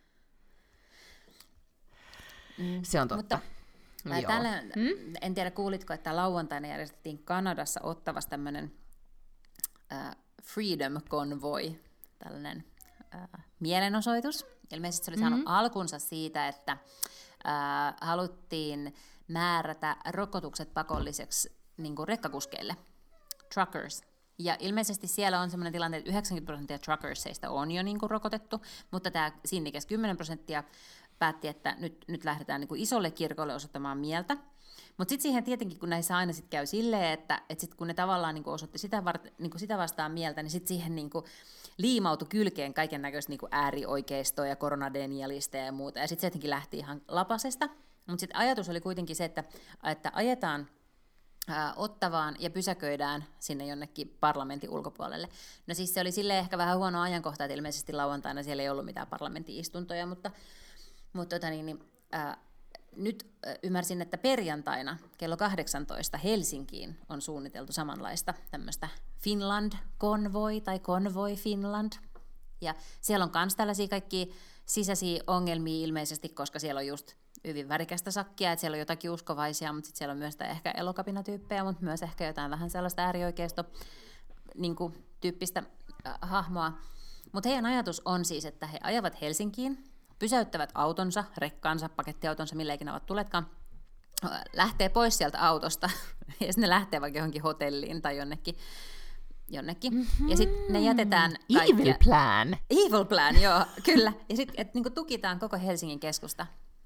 Mm. Se on totta. Mutta Täällä, hmm? En tiedä, kuulitko, että lauantaina järjestettiin Kanadassa Ottavassa tämmöinen äh, Freedom Convoy, tällainen äh, mielenosoitus. Ilmeisesti se oli saanut mm-hmm. alkunsa siitä, että äh, haluttiin määrätä rokotukset pakolliseksi niin kuin rekkakuskeille, truckers. Ja ilmeisesti siellä on sellainen tilanne, että yhdeksänkymmentä prosenttia truckersseista on jo niin kuin rokotettu, mutta tämä sinnikäs kymmenen prosenttia päätti, että nyt, nyt lähdetään niin kuin isolle kirkolle osoittamaan mieltä. Mutta sitten siihen tietenkin, kun näissä aina sit käy silleen, että et sit kun ne tavallaan niin kuin osoitti sitä, vart, niin kuin sitä vastaan mieltä, niin sitten siihen niin kuin liimautui kylkeen kaiken näköistä niin kuin äärioikeistoa ja koronadenialisteja ja muuta. Ja sitten se jotenkin lähti ihan lapasesta. Mutta sitten ajatus oli kuitenkin se, että, että ajetaan ää, Ottavaan ja pysäköidään sinne jonnekin parlamentin ulkopuolelle. No siis se oli silleen ehkä vähän huono ajankohta, että ilmeisesti lauantaina siellä ei ollut mitään parlamentti-istuntoja, mutta Mutta tota niin, niin, äh, nyt äh, ymmärsin, että perjantaina kello kahdeksantoista Helsinkiin on suunniteltu samanlaista tämmöistä Finland-konvoi tai Konvoi Finland. Ja siellä on myös tällaisia kaikkia sisäisiä ongelmia ilmeisesti, koska siellä on just hyvin värikästä sakkia, että siellä on jotakin uskovaisia, mutta sitten siellä on myös ehkä elokapinatyyppejä, mutta myös ehkä jotain vähän sellaista äärioikeisto niin kuin, tyyppistä äh, hahmoa. Mutta heidän ajatus on siis, että he ajavat Helsinkiin, pysäyttävät autonsa, rekkaansa, pakettiautonsa, millä ikinä ovat tuletkaan, lähtee pois sieltä autosta, ja sitten ne lähtee vaikka johonkin hotelliin tai jonnekin. jonnekin. Mm-hmm. Ja sitten ne jätetään kaikkia... Evil plan! Evil plan, joo, kyllä. Ja sitten niinku tukitaan koko Helsingin keskusta.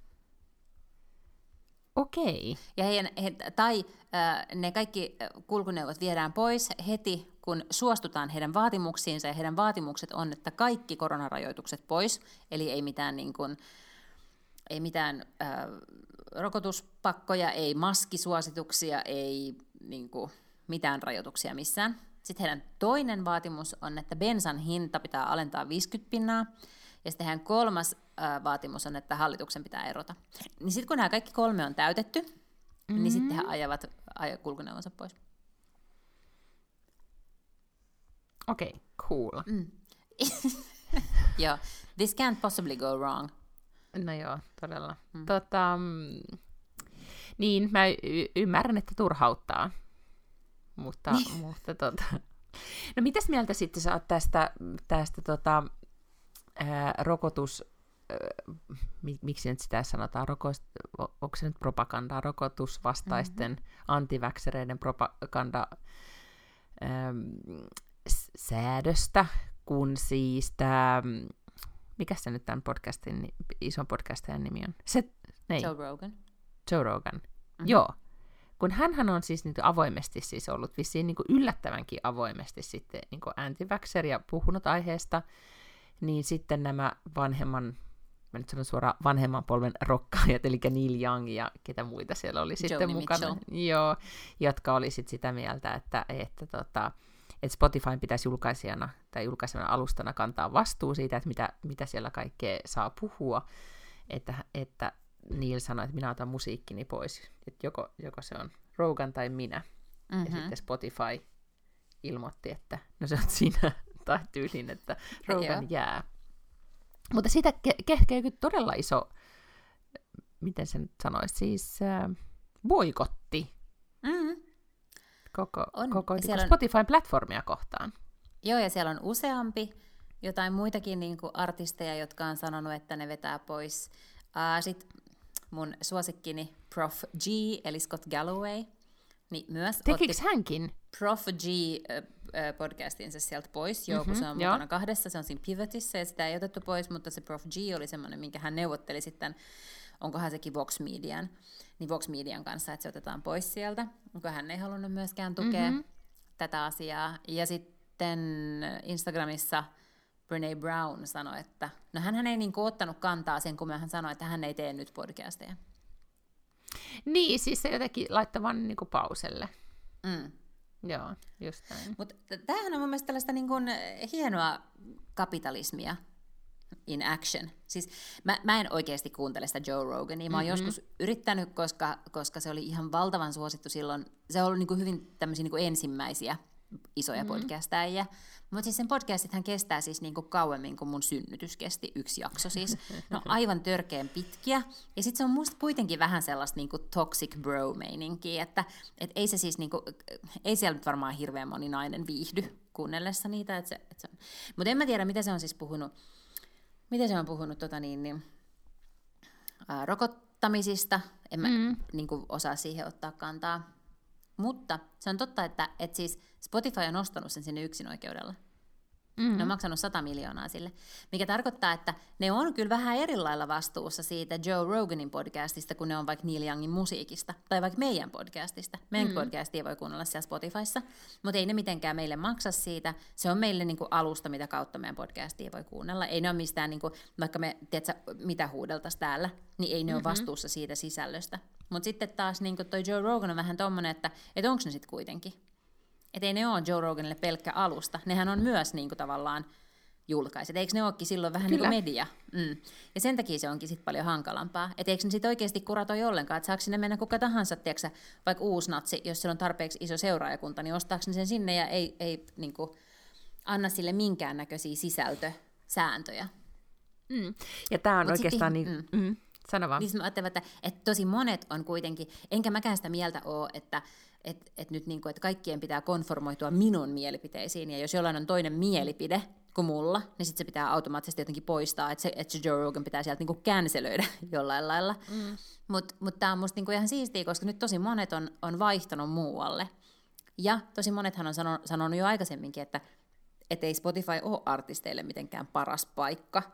Okei. Ja heidän, he, tai äh, ne kaikki kulkuneuvot viedään pois heti, kun suostutaan heidän vaatimuksiinsa, ja heidän vaatimukset on, että kaikki koronarajoitukset pois, eli ei mitään, niin kuin, ei mitään äh, rokotuspakkoja, ei maskisuosituksia, ei niin kuin, mitään rajoituksia missään. Sitten heidän toinen vaatimus on, että bensan hinta pitää alentaa viisikymmentä pinnaa, ja sitten heidän kolmas äh, vaatimus on, että hallituksen pitää erota. Niin sitten kun nämä kaikki kolme on täytetty, mm-hmm. niin sitten he ajavat aj- kulkuneuvonsa pois. Okei, okay, cool. Mm. Joo, this can't possibly go wrong. No joo, todella. Mm. Tota, niin, mä y- ymmärrän, että turhauttaa, mutta, mutta tota... No mitäs mieltä sitten sä oot tästä, tästä tota, ää, rokotus... Ää, miksi nyt sitä sanotaan? Rokos, onko se nyt propagandaa? Rokotusvastaisten mm-hmm. antiväksereiden propaganda... Ää, säädöstä, kun siis tämä, mikä se nyt tämän podcastin, ison podcastajan nimi on? Se, Joe Rogan. Joe Rogan, mm-hmm. joo. Kun hänhän on siis niin avoimesti siis ollut vissiin niin yllättävänkin avoimesti sitten niin anti-vaxxer ja puhunut aiheesta, niin sitten nämä vanhemman, mä nyt sanon suoraan vanhemman polven rokkaajat, eli Neil Young ja ketä muita siellä oli sitten Joni mukana, joo, jotka oli sitten sitä mieltä, että, että tota, että Spotifyn pitäisi julkaisijana tai julkaisevana alustana kantaa vastuu siitä, että mitä, mitä siellä kaikkea saa puhua, että, että Neil sanoi, että minä otan musiikkini pois, että joko, joko se on Rogan tai minä, mm-hmm. ja sitten Spotify ilmoitti, että no se on sinä, tai tyylin, että Rogan jää. Mutta siitä ke- kehkee kyllä todella iso, miten sen sanoisi, siis äh, boikotti Mm. koko, On. koko niin on... Spotify-platformia kohtaan. Joo, ja siellä on useampi, jotain muitakin niin kuin artisteja, jotka on sanonut, että ne vetää pois. Uh, Sitten mun suosikkini Prof G, eli Scott Galloway, niin myös Tekikö otti hänkin? Prof G äh, äh, podcastinsa sieltä pois, joo, kun Mm-hmm, se on joo. mukana kahdessa, se on siinä Pivotissa, ja sitä ei otettu pois, mutta se Prof G oli semmoinen, minkä hän neuvotteli sitten, onkohan sekin Vox Median, niin Vox Median kanssa, että se otetaan pois sieltä, kun hän ei halunnut myöskään tukea Mm-hmm. tätä asiaa. Ja sitten Instagramissa Brené Brown sanoi, että no hän ei niin kuin ottanut kantaa sen, kun hän sanoi, että hän ei tee nyt podcasteja. Niin, siis se jotenkin laittoi vaan niin kuin pauselle. Mm. Joo, just näin. Mutta tämähän on mun mielestä tällaista niin kuin hienoa kapitalismia in action. Siis mä, mä en oikeasti kuuntele sitä Joe Rogania. Mä oon mm-hmm. joskus yrittänyt, koska, koska se oli ihan valtavan suosittu silloin. Se on ollut niin kuin hyvin tämmöisiä niin kuin ensimmäisiä isoja mm-hmm. podcastajia. Mutta siis sen podcastithan kestää siis niin kuin kauemmin kuin mun synnytys kesti, yksi jakso siis. No aivan törkeän pitkiä. Ja sitten se on musta kuitenkin vähän sellaista niin kuin toxic bro-meininkiä, että et ei se siis niin kuin, ei siellä nyt varmaan hirveän moni nainen viihdy kuunnellessa niitä. Et se, et se mutta en mä tiedä, mitä se on siis puhunut, mitä se on puhunut tota niin, niin, ää, rokottamisista. En mä mm. niin kuin osaa siihen ottaa kantaa. Mutta se on totta, että, että siis Spotify on nostanut sen sinne yksinoikeudella. Mm-hmm. Ne on maksanut sata miljoonaa sille, mikä tarkoittaa, että ne on kyllä vähän eri lailla vastuussa siitä Joe Roganin podcastista, kun ne on vaikka Neil Youngin musiikista, tai vaikka meidän podcastista. Meidän mm-hmm. podcastia voi kuunnella siellä Spotifyssa, mutta ei ne mitenkään meille maksa siitä. Se on meille niin kuin alusta, mitä kautta meidän podcastia voi kuunnella. Ei ne ole mistään, niin kuin, vaikka me, tiedätkö, mitä huudeltaisiin täällä, niin ei ne mm-hmm. ole vastuussa siitä sisällöstä. Mutta sitten taas niin kuin toi Joe Rogan on vähän tommonen, että, että onko ne sitten kuitenkin? Että ei ne ole Joe Roganille pelkkä alusta. Nehän on myös niin kuin tavallaan julkaiset. Eikö ne olekin silloin vähän Kyllä. niin kuin media? Mm. Ja sen takia se onkin sitten paljon hankalampaa. Että eikö ne sitten oikeasti kuratoi ollenkaan, että saako sinne mennä kuka tahansa, tiedätkö, vaikka uusnatsi, jos sillä on tarpeeksi iso seuraajakunta, niin ostaako ne sen sinne ja ei, ei niin kuin anna sille minkäännäköisiä sisältösääntöjä. Mm. Ja tämä on Mut oikeastaan sit, niin... Mm. Mm. Sano vaan. Niin mä ajattelen, että, että tosi monet on kuitenkin, enkä mäkään sitä mieltä ole, että et, et nyt niinku, että kaikkien pitää konformoitua minun mielipiteisiin, ja jos jollain on toinen mielipide kuin mulla, niin sitten se pitää automaattisesti jotenkin poistaa, että se, että se Joe Rogan pitää sieltä niinku cancelöidä jollain lailla. Mm. Mutta mut tämä on musta niinku ihan siistiä, koska nyt tosi monet on, on vaihtanut muualle. Ja tosi monethan on sanonut, sanonut jo aikaisemminkin, että et ei Spotify ole artisteille mitenkään paras paikka.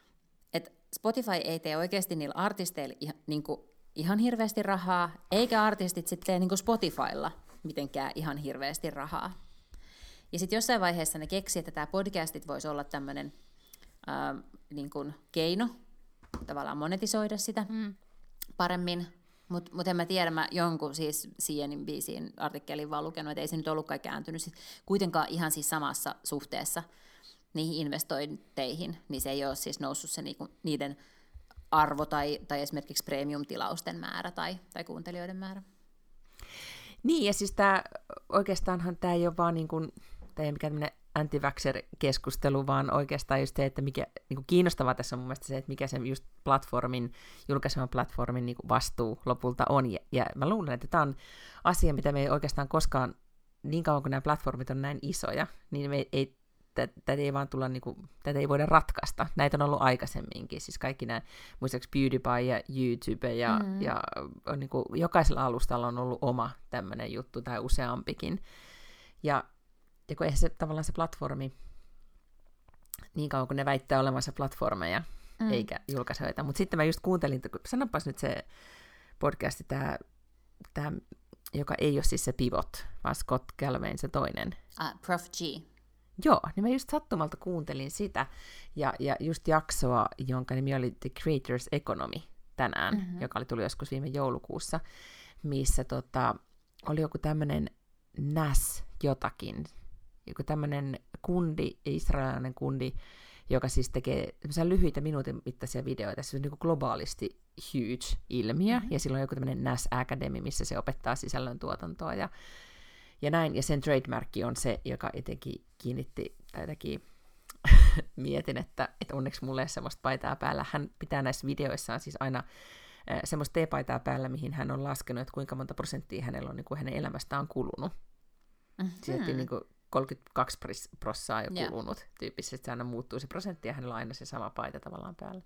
Että Spotify ei tee oikeasti niillä artisteilla ihan, niin kuin, ihan hirveästi rahaa, eikä artistit sitten tee niin kuin Spotifylla mitenkään ihan hirveästi rahaa. Ja sitten jossain vaiheessa ne keksi, että tämä podcastit voisi olla tämmöinen äh, niin kuin keino tavallaan monetisoida sitä mm. paremmin. Mutta mut en mä tiedä, mä jonkun siis C N N B C:n artikkelin vaan lukenut, että ei se nyt ollutkaan kääntynyt sit kuitenkaan ihan siis samassa suhteessa niihin investointeihin, niin se ei ole siis noussut se niinku, niiden arvo tai, tai esimerkiksi premium-tilausten määrä tai, tai kuuntelijoiden määrä. Niin, ja siis tää, oikeastaanhan tämä ei ole vaan niin kuin, tämä ei ole mikään tämmöinen anti-vaxxer-keskustelu, vaan oikeastaan just se, että mikä niin kuin kiinnostavaa tässä on mun mielestä se, että mikä sen just platformin, julkaisevan platformin niin kuin vastuu lopulta on. Ja, ja mä luulen, että tämä on asia, mitä me ei oikeastaan koskaan, niin kauan kuin nämä platformit on näin isoja, niin me ei tätä ei vaan tulla, niin kuin, tätä ei voida ratkaista. Näitä on ollut aikaisemminkin, siis kaikki nämä, muistaakseni PewDiePie ja YouTube, ja, mm. ja on niin kuin, jokaisella alustalla on ollut oma tämmöinen juttu, tai useampikin. Ja, ja kun eihän se tavallaan se platformi, niin kauan kuin ne väittää olevansa platformeja, mm. eikä julkaisijoita. Mutta sitten mä just kuuntelin, sanopas nyt se podcasti, tämä, tämä, joka ei ole siis se Pivot, vaan Scott Galloway, se toinen. Uh, Prof G. Joo, niin mä just sattumalta kuuntelin sitä, ja, ja just jaksoa, jonka nimi oli The Creators Economy tänään, mm-hmm. joka oli tullut joskus viime joulukuussa, missä tota, oli joku tämmöinen N A S jotakin, joku tämmöinen kundi, israelilainen kundi, joka siis tekee lyhyitä minuutin mittaisia videoita, se on niin kuin globaalisti huge ilmiö, mm-hmm. ja silloin on joku tämmöinen N A S Academy, missä se opettaa sisällöntuotantoa, ja ja näin, ja sen trademarkki on se, joka etenkin kiinnitti, tai jotenkin mietin, että, että onneksi mulla ei ole semmoista paitaa päällä. Hän pitää näissä videoissaan siis aina äh, semmoista teepaitaa päällä, mihin hän on laskenut, että kuinka monta prosenttia hänellä on niin kuin hänen elämästään on kulunut. Mm-hmm. Sieltä niin kuin kolmekymmentäkaksi prossaa jo kulunut. Yeah. Tyyppisesti se aina muuttuu se prosentti, ja hänellä on aina se sama paita tavallaan päällä.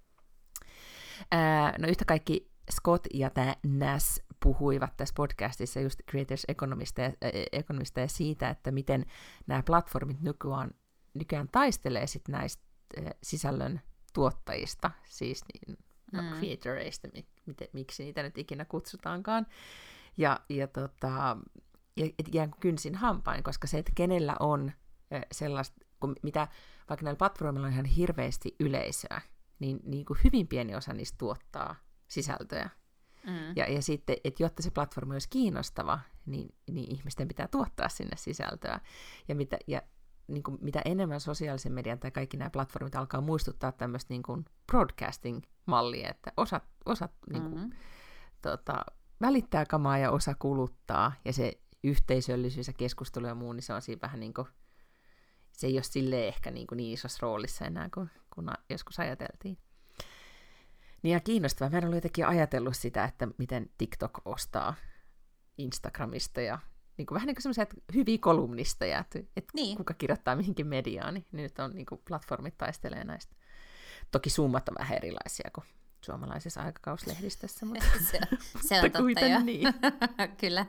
Äh, no yhtä kaikki Scott ja tämä Nas puhuivat tässä podcastissa just Creators Economista ja, äh, Economista ja siitä, että miten nämä platformit nykyään, nykyään taistelee sit näistä äh, sisällön tuottajista, siis niin, no, mm. creatoreista, mik, miksi niitä nyt ikinä kutsutaankaan, ja, ja, tota, ja ikään kuin kynsin hampain, koska se, että kenellä on äh, sellaista, kun mitä vaikka näillä platformilla on ihan hirveästi yleisöä, niin, niin kuin hyvin pieni osa niistä tuottaa sisältöä. Mm. Ja, ja sitten, että jotta se platformi olisi kiinnostava, niin, niin ihmisten pitää tuottaa sinne sisältöä. Ja, mitä, ja niin kuin, mitä enemmän sosiaalisen median tai kaikki nämä platformit alkaa muistuttaa tämmöistä niin kuin broadcasting-mallia, että osa, osa niin kuin, mm-hmm. tota, välittää kamaa ja osa kuluttaa, ja se yhteisöllisyys ja keskustelu ja muu, niin se on siinä vähän niin kuin, se ei ole silleen ehkä niin, kuin niin isossa roolissa enää kuin, kuin joskus ajateltiin. Niin ja kiinnostavaa. Mä en ollut jotenkin ajatellut sitä, että miten TikTok ostaa Instagramista ja niin kuin, vähän niin kuin semmoisia hyviä kolumnisteja, että, että niin. kuka kirjoittaa mihinkin mediaan, niin nyt on niin kuin platformit taistelee näistä. Toki summat on vähän erilaisia kuin suomalaisessa aikakauslehdistössä, mutta se, se on totta jo. Niin. Kyllä.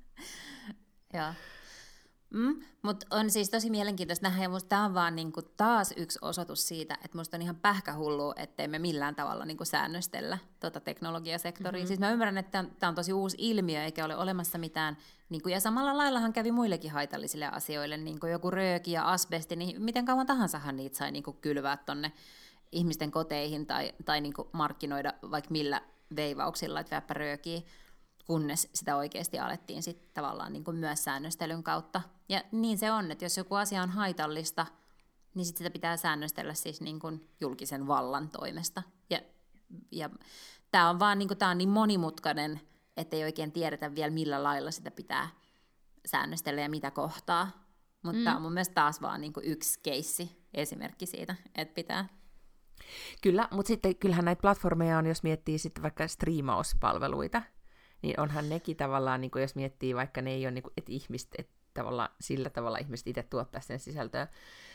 Joo. Mm, mutta on siis tosi mielenkiintoista nähdä, ja musta tämä on vaan niinku taas yksi osoitus siitä, että musta on ihan pähkähullua, ettei me millään tavalla niinku säännöstellä tota teknologiasektoria. Mm-hmm. Siis mä ymmärrän, että tämä on tosi uusi ilmiö, eikä ole olemassa mitään, niinku, ja samalla laillahan kävi muillekin haitallisille asioille, niin kuin joku rööki ja asbesti, niin miten kauan tahansahan niitä sai niinku kylvää tonne ihmisten koteihin tai, tai niinku markkinoida vaikka millä veivauksilla, että väppä röökiä, kunnes sitä oikeasti alettiin sitten tavallaan niin kuin myös säännöstelyn kautta. Ja niin se on, että jos joku asia on haitallista, niin sit sitä pitää säännöstellä siis niin kuin julkisen vallan toimesta. Ja, ja tämä on vaan niin, kuin, tää on niin monimutkainen, ettei oikein tiedetä vielä millä lailla sitä pitää säännöstellä ja mitä kohtaa. Mutta mm. tämä on mun mielestä taas vaan niin kuin yksi keissi, esimerkki siitä, että pitää. Kyllä, mutta sitten kyllähän näitä platformeja on, jos miettii sitten vaikka striimauspalveluita, niin onhan nekin tavallaan, niin kuin jos miettii, vaikka ne ei ole, niin kuin, että ihmiset, että tavallaan, sillä tavalla ihmiset itse tuottaa sen sisältöä.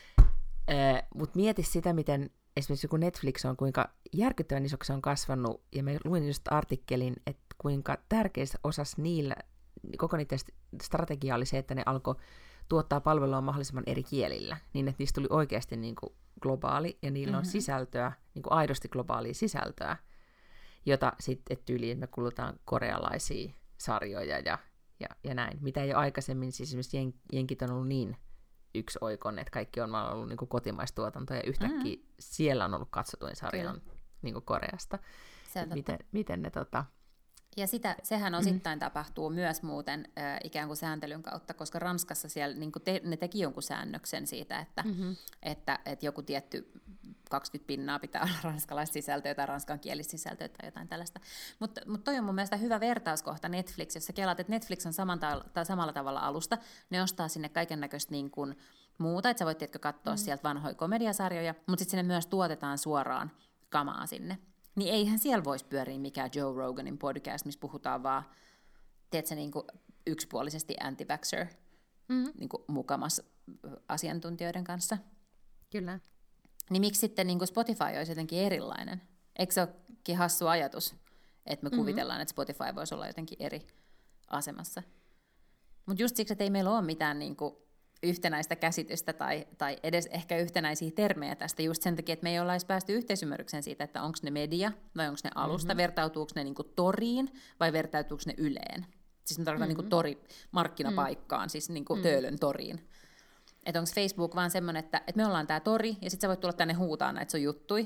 Mutta mieti sitä, miten esimerkiksi joku Netflix on, kuinka järkyttävän isoksi se on kasvanut, ja mä luin just artikkelin, että kuinka tärkeässä osassa niillä, koko niiden strategia oli se, että ne alkoi tuottaa palvelua mahdollisimman eri kielillä, niin että niistä tuli oikeasti niin kuin globaali, ja niillä mm-hmm. on sisältöä, niin kuin aidosti globaalia sisältöä, jota sitten, että tyyliin me kulutaan korealaisia sarjoja ja, ja, ja näin. Mitä ei ole aikaisemmin, siis esimerkiksi jen, jenkit on ollut niin yksioikoinen, että kaikki on vaan ollut niin kuin kotimaistuotantoa, ja yhtäkkiä mm. siellä on ollut katsotuin sarjan niin kuin Koreasta. Miten, miten ne tota... Ja sitä, sehän osittain mm. tapahtuu myös muuten äh, ikään kuin sääntelyn kautta, koska Ranskassa siellä niin kuin te, ne teki jonkun säännöksen siitä, että, mm-hmm. että, että joku tietty kaksikymmentä pinnaa pitää olla ranskalaista sisältöä tai ranskankielistä sisältöä tai jotain tällaista. Mutta mut toi on mun mielestä hyvä vertauskohta Netflix, jossa kelaat, että Netflix on saman ta- tai samalla tavalla alusta. Ne ostaa sinne kaiken näköistä niin kuin muuta, että sä voit tietkö katsoa mm. sieltä vanhoja komediasarjoja, mutta sitten sinne myös tuotetaan suoraan kamaa sinne. Niin eihän siellä voisi pyöriä mikään Joe Roganin podcast, missä puhutaan vaan, tiedätkö, niin kuin yksipuolisesti anti-vaxxer mm-hmm. niin kuin mukamas asiantuntijoiden kanssa. Kyllä. Niin miksi sitten niin kuin Spotify olisi jotenkin erilainen? Eikö se olekin hassu ajatus, että me mm-hmm. kuvitellaan, että Spotify voisi olla jotenkin eri asemassa? Mutta just siksi, että ei meillä ole mitään niin kuin yhtenäistä käsitystä tai, tai edes ehkä yhtenäisiä termejä tästä just sen takia, että me ei olla edes päästy yhteisymmärrykseen siitä, että onko ne media vai onko ne alusta, mm-hmm. vertautuuko ne niinku toriin vai vertautuuko ne Yleen. Siis me tarkoitan mm-hmm. niinku tori markkinapaikkaan, mm-hmm. siis niinku mm-hmm. Töölön toriin. Että onko Facebook vaan semmoinen, että, että me ollaan tää tori ja sit sä voit tulla tänne huutaa näitä sun juttui,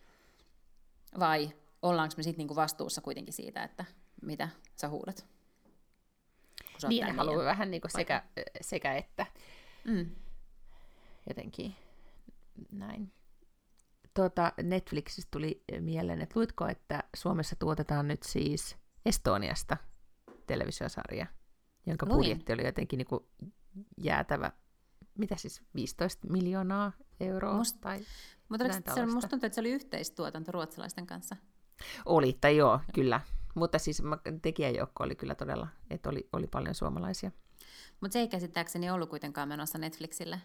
vai ollaanko me sitten niinku vastuussa kuitenkin siitä, että mitä sä huudat? Niin, ne haluaa vähän niinku sekä, sekä että. Mm. Jotenkin näin. Tuota, Netflixistä tuli mieleen, että luitko, että Suomessa tuotetaan nyt siis Estoniasta televisiosarja? jonka Luin. budjetti oli jotenkin niin kuin jäätävä, mitä siis, viisitoista miljoonaa euroa? Must, tai mutta se, musta tuntuu, että se oli yhteistuotanto ruotsalaisten kanssa. Oli, tai joo, kyllä. Mutta siis tekijäjoukko oli kyllä todella, että oli, oli paljon suomalaisia. Mutta se ei käsittääkseni ollut kuitenkaan menossa Netflixille.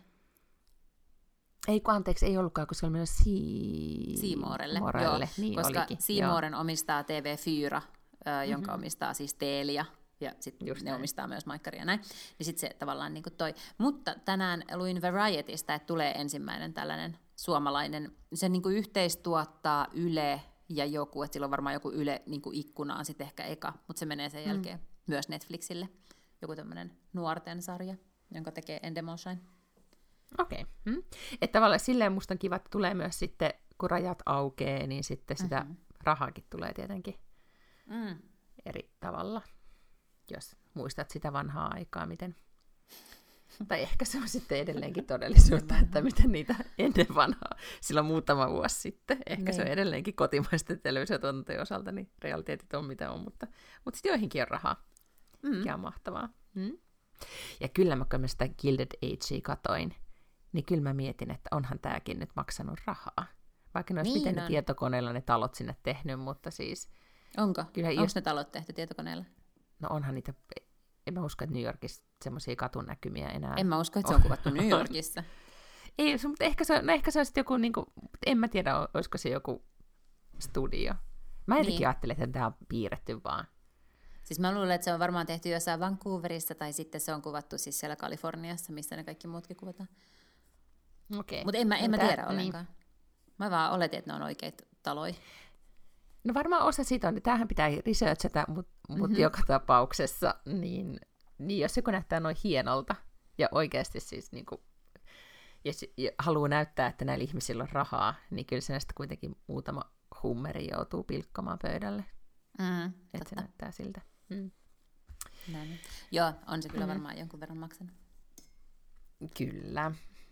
Ei, kun anteeksi, ei ollutkaan, koska se oli menossa si- Seymourille, Morelle. joo, Niin koska olikin, Seymouren omistaa T V neljä, äh, jonka Mm-hmm. omistaa siis Telia, ja sitten ne näin. omistaa myös Maikkaria ja näin, niin sitten se tavallaan niin kuin toi. Mutta tänään luin Varietystä, että tulee ensimmäinen tällainen suomalainen, se niin kuin yhteistuottaa Yle ja joku, että sillä on varmaan joku Yle niin kuin ikkunaan sitten ehkä eka, mutta se menee sen Mm. jälkeen myös Netflixille, joku tämmöinen nuorten sarja, jonka tekee Endemol Shine. Okei. Okay. Hmm. Että tavallaan silleen musta on kiva, että tulee myös sitten, kun rajat aukeaa, niin sitten sitä Mhm. rahaakin tulee tietenkin Mm. eri tavalla, jos muistat sitä vanhaa aikaa, miten... Tai ehkä se on sitten edelleenkin todellisuutta, että miten niitä ennen vanhaa, silloin muutama vuosi sitten. Ehkä niin. Se on edelleenkin kotimaisten televisiotuotantojen osalta, niin realiteetit on mitä on, mutta, mutta sitten joihinkin on rahaa, Mm. mikä on mahtavaa. Mm. Ja kyllä mä kun mä sitä Gilded Agea katoin, niin kyllä mä mietin, että onhan tääkin nyt maksanut rahaa. Vaikka ne olisi Niin miten on. ne tietokoneella ne talot sinne tehnyt, mutta siis... Onko? Kyllä, Onko jos- ne talot tehty tietokoneella? No onhan niitä... En mä usko, että New Yorkissa semmoisia katunäkymiä enää... En mä usko, että se on kuvattu New Yorkissa. Ei, se- mutta ehkä se, no ehkä se olisi joku, niin kuin, en mä tiedä, olisiko se joku studio. Mä jotenkin Niin. ajattelin, että tämä on piirretty vaan. Siis mä luulen, että se on varmaan tehty jossain Vancouverissa, tai sitten se on kuvattu siis siellä Kaliforniassa, missä ne kaikki muutkin kuvataan. Okei. Mutta en mä, en mä Tää- tiedä niin. ollenkaan. Mä vaan oletin, että ne on oikeita taloja. No varmaan osa siitä on, niin tämähän pitää researchata, mutta mut Mhm. mm-hmm. joka tapauksessa, niin, niin jos joku näyttää noin hienolta, ja oikeasti siis niin kuin, jos ja haluaa näyttää, että näillä ihmisillä on rahaa, niin kyllä se näistä kuitenkin muutama hummeri joutuu pilkkomaan pöydälle, Mm, että se totta. näyttää siltä. Mm. Näin. Joo, on se kyllä Mm. varmaan jonkun verran maksanut. Kyllä.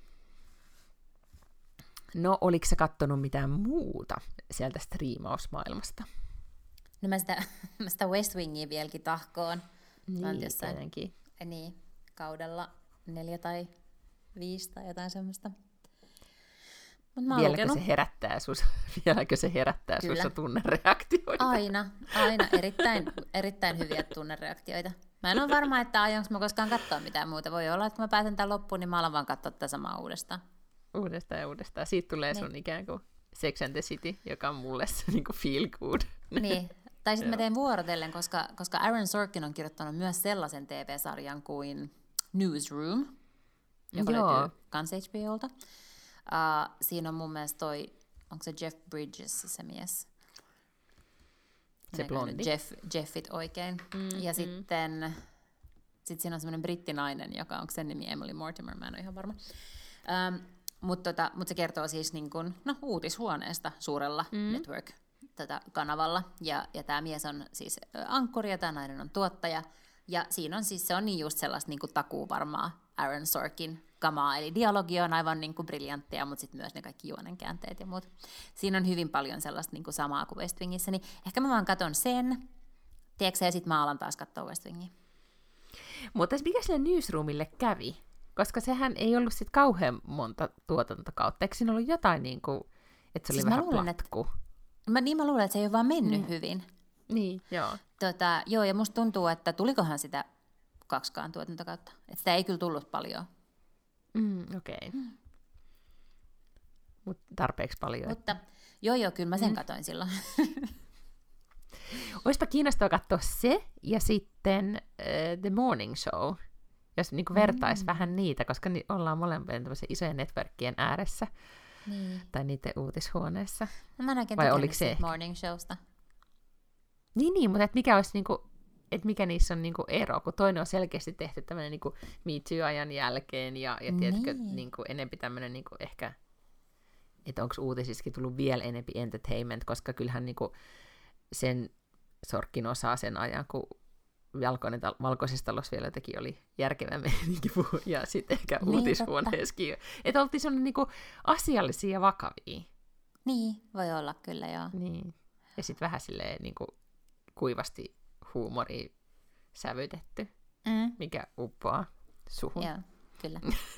No, oliko sä kattonut mitään muuta sieltä striimausmaailmasta? No mä sitä, mä sitä West Wingia vieläkin tahkoon. Mä oon Niin, jossain- tietenkin. Niin, kaudella neljä tai viisi tai jotain semmoista. Mut mä oon Vieläkö lukenut se herättää sus, vieläkö se herättää Kyllä. sussa tunnereaktioita? aina, aina erittäin, erittäin hyviä tunnereaktioita. Mä en ole varma, että aionko mä koskaan katsoa mitään muuta. Voi olla, että kun mä pääsen tämän loppuun, niin mä alan vaan katsoa tätä samaa uudestaan. Uudestaan ja uudestaan. Siitä tulee sun ikään kuin Sex and the City, joka on mulle se niin kuin feel good. Niin. Tai sitten mä Joo. teen vuorotellen, koska, koska Aaron Sorkin on kirjoittanut myös sellaisen T V-sarjan kuin Newsroom, joka Joo. löytyy kans H B Olta. Uh, siinä on mun mielestä toi, onko se Jeff Bridges se mies? Se Meneekö blondi. nyt Jeff, Jeffit oikein. Mm, ja mm. sitten sit siinä on semmoinen brittinainen, joka onko sen nimi Emily Mortimer, mä en ole ihan varma. Um, Mutta tota, mut se kertoo siis niin kun, no, uutishuoneesta suurella Mm. network tätä kanavalla. Ja, ja tämä mies on siis ö, ankkuri ja tämä nainen on tuottaja. Ja siinä on siis, se on niin just sellaista niin kuin takuu varmaa Aaron Sorkin kamaa. Eli dialogi on aivan niin kuin briljanttia, mutta sitten myös ne kaikki juonenkäänteet ja muut. Siinä on hyvin paljon sellaista niin kuin samaa kuin West Wingissä. Niin ehkä mä vaan katon sen, tiedätkö, ja sitten mä alan taas katsoa West Wingia. Mutta mikä sille Newsroomille kävi? Koska sehän ei ollut sit kauhean monta tuotantokautta. Eikö siinä ollut jotain, niin kuin, että se oli Siis mä vähän luulen, että- platku? Mä, niin mä luulen, että se ei ole vaan mennyt Mm. hyvin. Niin, joo. Tota, joo, ja musta tuntuu, että tulikohan sitä kaksikaan tuotantokautta. Että sitä ei kyllä tullut paljon. Mm, Okei. Okay. Mm. Mutta tarpeeksi paljon. Mutta joo, joo, kyllä mä sen Mm. katoin silloin. Olisipa kiinnostavaa katsoa se ja sitten uh, The Morning Show, jos niinku vertaisi Mm. vähän niitä, koska ni- ollaan molempien tämmöisen isojen networkkien ääressä niin. tai niiden uutishuoneessa. No, mä en oikein Vai tykännyt oliko se siitä ehkä? morning showsta. Niin, niin, mutta et mikä olisi niinku, et mikä niissä on niinku ero, kun toinen on selkeästi tehty tämmöinen niinku Me Too-ajan jälkeen ja, ja tiedätkö, Niin. niinku enempi tämmöinen niinku ehkä, että onko uutisissakin tullut vielä enempi entertainment, koska kyllähän niinku sen Sorkin osaa sen ajan, kun Valkoinen tal- Valkoisessa talossa vielä jotenkin oli järkevä meininki puhua, ja sitten ehkä Niin, uutishuoneessakin. Että oltiin sellainen niinku asiallisia ja vakavia. Niin, voi olla kyllä, joo. Niin. Ja sitten vähän silleen niinku kuivasti huumoria sävytetty. Mm. mikä uppoaa suhun. Joo, kyllä.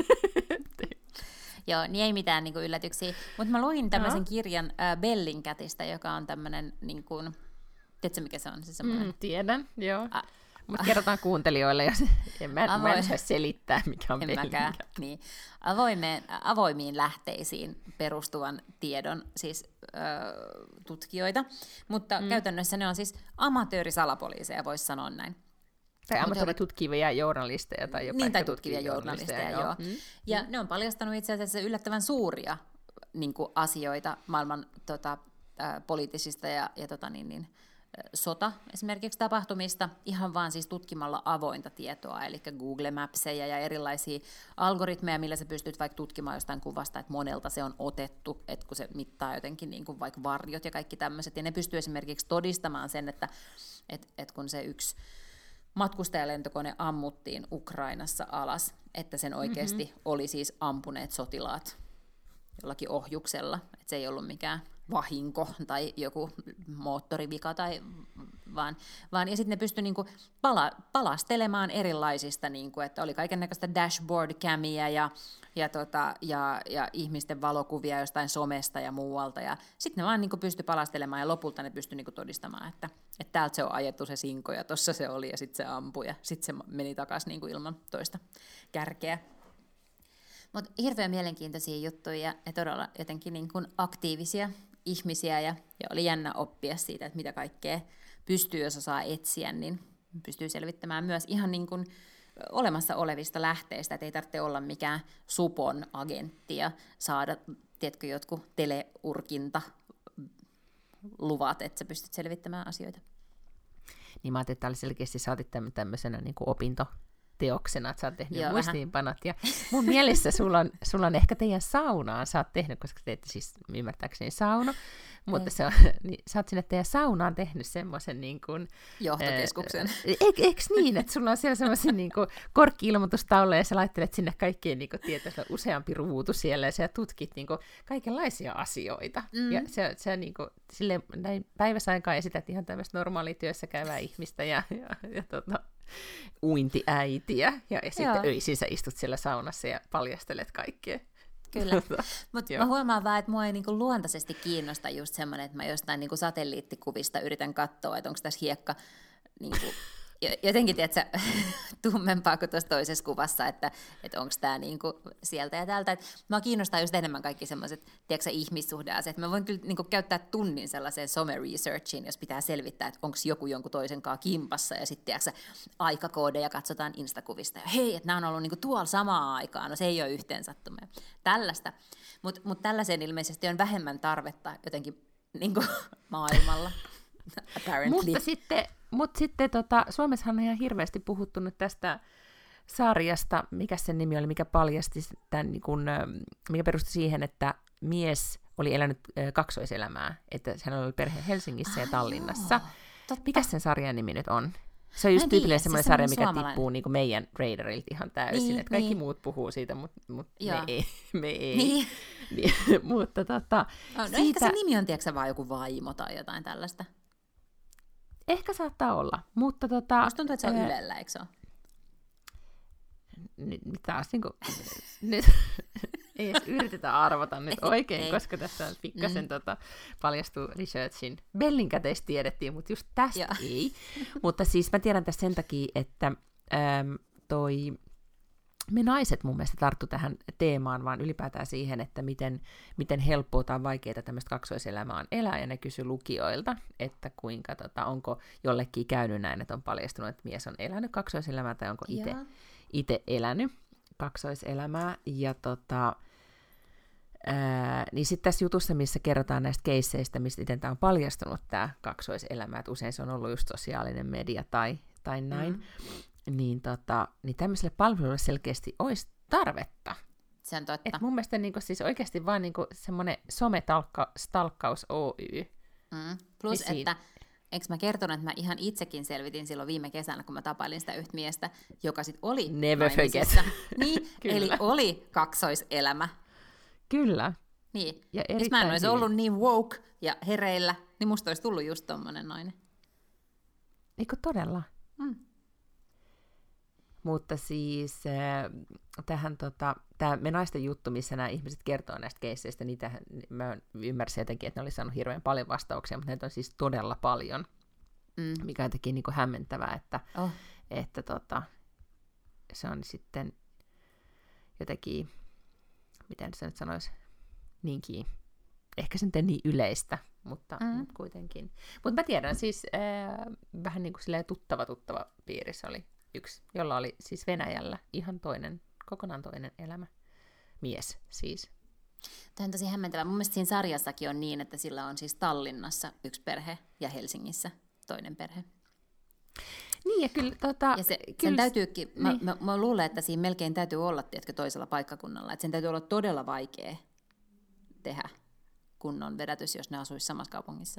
Joo, niin ei mitään niin kuin yllätyksiä. Mutta mä luin tämmöisen no. kirjan äh, Bellingcatista, joka on tämmöinen, niin kuin, tiedätkö mikä se on? Se mm, tiedän, joo. A- Mutta kerrotaan kuuntelijoille, jos en mä, Avoin... mä en osaa selittää, mikä on Bellingcat. Niin. Avoimeen, avoimiin lähteisiin perustuvan tiedon siis äh, tutkijoita, mutta mm. käytännössä ne on siis amatöörisalapoliiseja, voisi sanoa näin. Tai amatööritutkivia journalisteja. Tai jopa niin, tai tutkivia journalisteja, joo. joo. Mm. Ja mm. ne on paljastanut itse asiassa yllättävän suuria niin kuin, asioita maailman tota, ä, poliittisista ja, ja tota, niin, niin, sota esimerkiksi tapahtumista, ihan vaan siis tutkimalla avointa tietoa, eli Google Mapseja ja erilaisia algoritmeja, millä sä pystyt vaikka tutkimaan jostain kuvasta, että monelta se on otettu, että kun se mittaa jotenkin niin kuin vaikka varjot ja kaikki tämmöiset, ja ne pystyy esimerkiksi todistamaan sen, että et, et kun se yksi matkustajalentokone ammuttiin Ukrainassa alas, että sen oikeasti mm-hmm. oli siis ampuneet sotilaat jollakin ohjuksella, että se ei ollut mikään vahinko tai joku moottorivika, tai, vaan, vaan ja sitten ne pystyi niinku pala, palastelemaan erilaisista, niinku, että oli kaikennäköistä dashboard-kämiä ja, ja, tota, ja, ja ihmisten valokuvia jostain somesta ja muualta, ja sitten ne vaan niinku pystyi palastelemaan, ja lopulta ne pystyi niinku todistamaan, että, että täältä se on ajettu se sinko, ja tuossa se oli, ja sitten se ampui, ja sitten se meni takaisin niinku ilman toista kärkeä. Mutta hirveän mielenkiintoisia juttuja ja todella jotenkin niin kuin aktiivisia ihmisiä, ja, ja oli jännä oppia siitä, että mitä kaikkea pystyy, jos osaa etsiä, niin pystyy selvittämään myös ihan niin kuin olemassa olevista lähteistä, että ei tarvitse olla mikään supon agentti ja saada, tiedätkö, jotkut teleurkinta luvat, että sä pystyt selvittämään asioita. Niin mä ajattelin, että tämä oli selkeästi, saatit tämmöisenä niin kuin opinto teoksena, että sä oot tehnyt muistiinpanot. Ja mun mielessä sulla on, sulla on ehkä teidän saunaan, sä oot tehnyt, koska teette siis ymmärtääkseni sauna, mutta se on, niin, sä oot sinne teidän saunaan tehnyt semmoisen niin kuin johtokeskuksen. Eikö eks niin, että sulla on siellä semmoisia niin kuin korkki-ilmoitustauluja ja sä laittelet sinne kaikkien niin kuin, tietoisella useampi ruutu siellä ja sä tutkit niin kuin kaikenlaisia asioita. Mm. Ja se, se niin kuin, silleen, näin päiväsaikaan esität ihan tämmöistä normaalia työssä käyvää ihmistä ja, ja, ja tota, uintiäitiä, ja sitten Joo. öisin sä istut siellä saunassa ja paljastelet kaikkea. Kyllä, mutta mä huomaan vaan, että mua ei niinku luontaisesti kiinnosta just semmoinen, että mä jostain niinku satelliittikuvista yritän katsoa, että onko tässä hiekka niinku, jotenkin, tiedätkö, tummempaa kuin tuossa toisessa kuvassa, että, että onko tämä niinku sieltä ja täältä. Et mä kiinnostaa just enemmän kaikki semmoiset, tiedätkö, ihmissuhdeasiat. Mä voin kyllä niinku käyttää tunnin sellaiseen some-researchiin, jos pitää selvittää, että onko joku jonkun toisen kanssa kimpassa, ja sitten, tiedätkö, aikakoodeja katsotaan Instakuvista, ja hei, että nämä on ollut niinku tuolla samaan aikaan, no se ei ole yhteen sattumia. Tällaista. Mutta mut tällaiseen ilmeisesti on vähemmän tarvetta jotenkin niinku maailmalla. Mutta sitten, mut sitten tota, Suomessahan on ihan hirveästi puhuttu nyt tästä sarjasta, mikä sen nimi oli, mikä paljasti tämän, niin kun, mikä perustui siihen, että mies oli elänyt kaksoiselämää, että hän oli perhe Helsingissä ja Tallinnassa. Ah, mikä sen sarjan nimi nyt on? Se on just tyypillinen semmoinen se sarja, mikä suomalainen. Tippuu niin kuin meidän radarilta ihan täysin, niin, että kaikki niin. muut puhuu siitä, mutta mut me ei. Me ei. Niin. Niin, mutta tota, no, no siitä... Ehkä se nimi on, tiedätkö, vaan joku vaimo tai jotain tällaista. Ehkä saattaa olla, mutta tota... Musta tuntuu, että se on ää... Ylellä, eikö se ole? Nyt taas niin kuin... nyt... ei edes yritetä arvata nyt oikein, ei. Koska tässä pikkasen mm. tota, paljastuu researchin. Bellingcateista tiedettiin, mutta just tästä ja. Ei. Mutta siis mä tiedän tästä sen takia, että äm, toi... me naiset mun mielestä tarttu tähän teemaan, vaan ylipäätään siihen, että miten, miten helppoa tai vaikeaa tämmöistä kaksoiselämää on elää, ja ne kysy lukijoilta, että kuinka, tota, onko jollekin käynyt näin, että on paljastunut, että mise on elänyt kaksoiselämää, tai onko itse elänyt kaksoiselämää, ja tota, ää, niin sitten tässä jutussa, missä kerrotaan näistä keisseistä, miten tämä on paljastunut, tämä kaksoiselämä, että usein se on ollut just sosiaalinen media tai, tai näin, mm. niin, tota, niin tämmöiselle palvelulle selkeästi olisi tarvetta. Se on totta. Et mun mielestä niinku, siis oikeasti vaan niinku semmoinen some-stalkkaus Oy. Mm. Plus, niin että eikö mä kertonut, että mä ihan itsekin selvitin silloin viime kesänä, kun mä tapailin sitä yhtä miestä, joka sitten oli Never naimisissa. Niin, eli oli kaksoiselämä. Kyllä. Niin. Ja jos mä en olisi ollut niin woke ja hereillä, niin musta olisi tullut just tommonen nainen. Eikö todella? Mm. Mutta siis äh, tähän tota, tämä me naisten juttu, missä nämä ihmiset kertoo näistä keisseistä, niitä mä ymmärsin jotenkin, että ne oli saanut hirveän paljon vastauksia, mutta näitä on siis todella paljon, mm. mikä on jotenkin niin kuin hämmentävää, että, oh. että tota, se on sitten jotenkin, miten se nyt sanoisi, niinkin, ehkä se nyt ei niin yleistä, mutta, mm. mutta kuitenkin. Mutta mä tiedän siis, äh, vähän niin kuin silleen tuttava tuttava piirissä oli yksi, jolla oli siis Venäjällä ihan toinen, kokonaan toinen elämä. Mies siis. Tämä on tosi hämmentävää. Mun mielestä siinä sarjassakin on niin, että sillä on siis Tallinnassa yksi perhe ja Helsingissä toinen perhe. Niin, ja kyllä... Tota, ja se, kyllä, sen täytyykin, niin. mä, mä, mä luulen, että siinä melkein täytyy olla, tiedätkö, toisella paikkakunnalla. Että sen täytyy olla todella vaikea tehdä kunnon vedätys, jos ne asuisi samassa kaupungissa.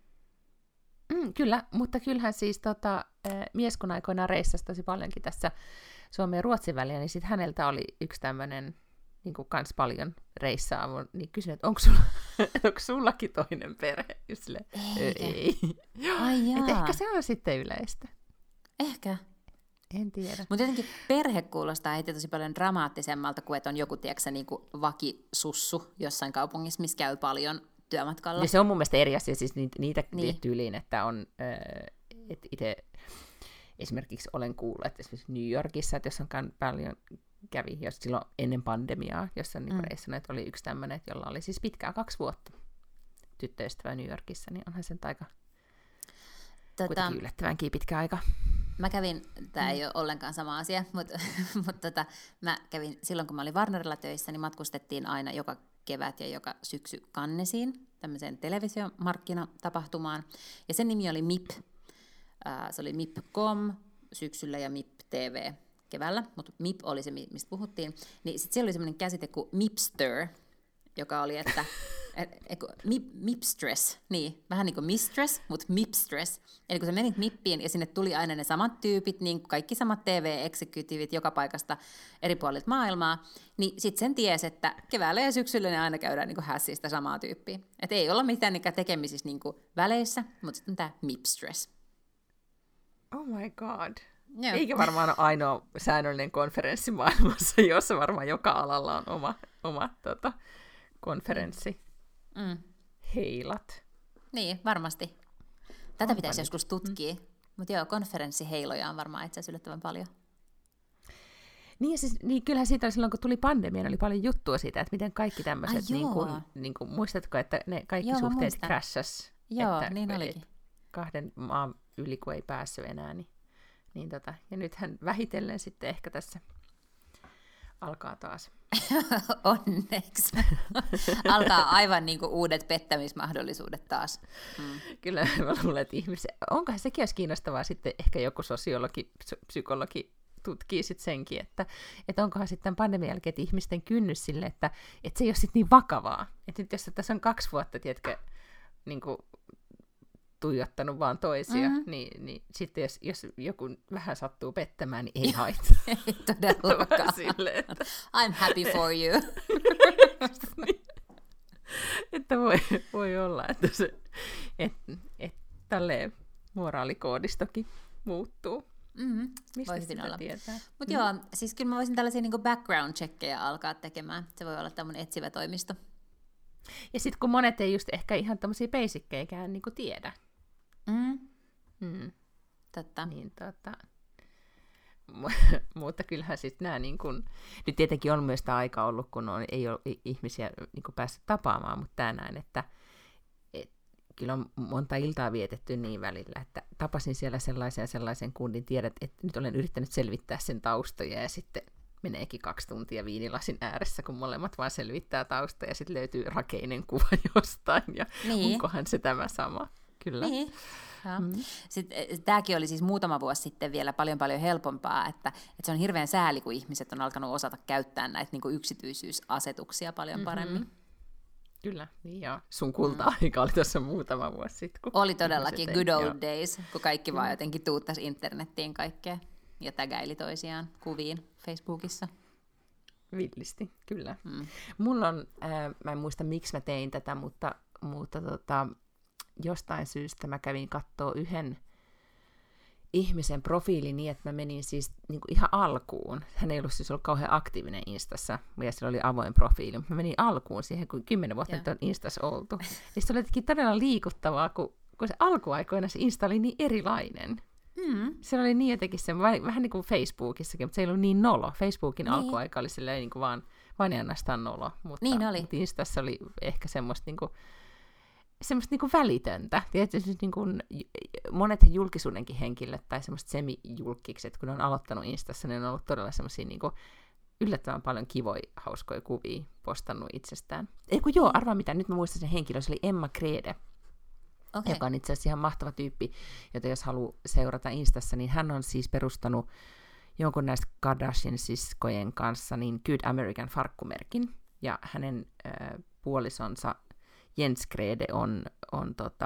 Mm, kyllä, mutta kyllähän siis tota, mies kun aikoinaan reissasi tosi paljonkin tässä Suomen ja Ruotsin väliä, niin sitten häneltä oli yksi tämmöinen niin kuin kans paljon reissaavun, niin kysyin, että onko sulla, onko sullakin toinen perhe? Just silleen, ei. Ai et ehkä se on sitten yleistä. Ehkä. En tiedä. Mutta jotenkin perhe kuulostaa heti tosi paljon dramaattisemmalta kuin, että on joku, tiedätkö, niin kuin vakisussu jossain kaupungissa, missä käy paljon työmatkalla. Ja se on mun mielestä eri asia, siis niitä, niitä niin. tyyliin, että on, että itse esimerkiksi olen kuullut, että esimerkiksi New Yorkissa, että jos on paljon kävi, jos silloin ennen pandemiaa, jossa on niin mm. reissannut, että oli yksi tämmöinen, jolla oli siis pitkään kaksi vuotta tyttöystävää New Yorkissa, niin onhan sen aika tota, kuitenkin yllättävänkin pitkä aika. Mä kävin, tää ei mm. ole ollenkaan sama asia, mutta, mutta tota, mä kävin silloin, kun mä olin Warnerilla töissä, niin matkustettiin aina joka kevät ja joka syksy Cannesiin, tämmöiseen televisiomarkkinatapahtumaan, ja sen nimi oli M I P. Uh, se oli M I P piste com syksyllä ja M I P T V keväällä, mutta M I P oli se, mistä puhuttiin. Niin sitten siellä oli semmoinen käsite kuin Mipster, joka oli, että et, et, mip, Mipstress, niin, vähän niin kuin mistress, mutta Mipstress. Eli kun sä menit Mippiin ja sinne tuli aina ne samat tyypit, niin kaikki samat T V-executivit joka paikasta eri puolilta maailmaa, niin sitten sen ties, että keväällä ja syksyllä ne aina käydään niin kuin hässiä sitä samaa tyyppiä. Että ei olla mitään tekemisissä niin kuin väleissä, mutta sitten tämä Mipstress. Oh my god. Joo. Eikä varmaan ole ainoa säännöllinen konferenssi maailmassa, jossa varmaan joka alalla on oma, oma tota, konferenssi. Mm. Heilat. Niin, varmasti. Tätä on pitäisi joskus tutkia. Mm. Mutta joo, konferenssiheiloja on varmaan itse asiassa yllättävän paljon. Niin, siis, niin kyllähän siitä oli silloin, kun tuli pandemia, oli paljon juttua siitä, että miten kaikki tämmöiset, niin kuin, niin kuin, muistatko, että ne kaikki joo, suhteet crashas. Joo, että, niin olikin. Kahden maan yli, kun ei päässyt enää, niin Niin tota, ja nythän vähitellen sitten ehkä tässä alkaa taas. Onneksi. Alkaa aivan niin kuin uudet pettämismahdollisuudet taas. Mm. Kyllä mä luulen, että ihmisiä, onkohan sekin olisi kiinnostavaa sitten, ehkä joku sosiologi, psykologi tutkii sitten senkin, että, että onkohan sitten tämän pandemian jälkeen, että ihmisten kynnys sille, että, että se ei ole sitten niin vakavaa. Että nyt jos tässä on kaksi vuotta, tiedätkö, niin kuin tuijottanut vaan toisia, mm-hmm. niin, niin sitten jos, jos joku vähän sattuu pettämään, niin ei haittaa. Ei todellakaan. Silleen, että I'm happy for you. niin, että voi, voi olla, että se, et, et, tälleen moraalikoodistokin muuttuu. Mm-hmm. Mistä sitä olla. Tietää? Mutta mm. joo, siis kyllä mä voisin tällaisia niinku background-checkejä alkaa tekemään. Se voi olla tämmöinen etsivä toimisto. Ja sitten kun monet ei just ehkä ihan tämmöisiä basickejäkään niinku tiedä. Mm. Mm. Totta. Niin, tota. Mutta kyllähän sitten nämä, niin kun, nyt tietenkin on myös tämä aika ollut, kun on, ei ole ihmisiä niin kun päässyt tapaamaan, mutta tämä näin, että et, kyllä on monta iltaa vietetty niin välillä, että tapasin siellä sellaisen ja sellaisen kundin, tiedät, että nyt olen yrittänyt selvittää sen taustoja ja sitten meneekin kaksi tuntia viinilasin ääressä, kun molemmat vaan selvittää tausta ja sitten löytyy rakeinen kuva jostain ja niin. Onkohan se tämä sama? Kyllä. Niin. Mm. Tämäkin oli siis muutama vuosi sitten vielä paljon paljon helpompaa, että, että se on hirveän sääli, kun ihmiset on alkanut osata käyttää näitä niin kuin yksityisyysasetuksia paljon mm-hmm. paremmin. Kyllä, niin ja sun kulta-aika oli tuossa muutama vuosi sitten. Oli todellakin good old joo. days, kun kaikki mm. vaan jotenkin tuuttasi internettiin kaikkea ja tägäili toisiaan kuviin Facebookissa. Villisti, kyllä. Mm. Mulla on, äh, mä en muista miksi mä tein tätä, mutta, mutta tota, jostain syystä mä kävin kattoo yhden ihmisen profiili niin, että mä menin siis niin kuin ihan alkuun. Hän ei ollut siis ollut kauhean aktiivinen Instassa, ja sillä oli avoin profiili, mutta mä menin alkuun siihen, kun kymmenen vuotta nyt on Instassa oltu. Ja se oli jotenkin todella liikuttavaa, kun, kun se alkuaikoina se Insta oli niin erilainen. Mm. Se oli niin jotenkin se, vähän niin kuin Facebookissakin, mutta se ei ollut niin nolo. Facebookin niin. alkuaika oli silleen niin kuin vaan, vaan ainoastaan nolo, mutta, niin oli. mutta Instassa oli ehkä semmoista niin kuin, semmoista niin kuin välitöntä. Tietysti niin kuin monet julkisuudenkin henkilöt tai semmoiset semijulkikset, kun ne on aloittanut Instassa, ne on ollut todella semmoisia niin kuin yllättävän paljon kivoja, hauskoja kuvia postannut itsestään. Ei kun joo, arvaa mitä, nyt mä muistan sen henkilön, se oli Emma Krede. Okay. Joka on itse asiassa ihan mahtava tyyppi, jota jos haluaa seurata Instassa, niin hän on siis perustanut jonkun näistä Kardashian-siskojen kanssa niin Good American farkkumerkin, ja hänen äh, puolisonsa Jens Krede on, on tota,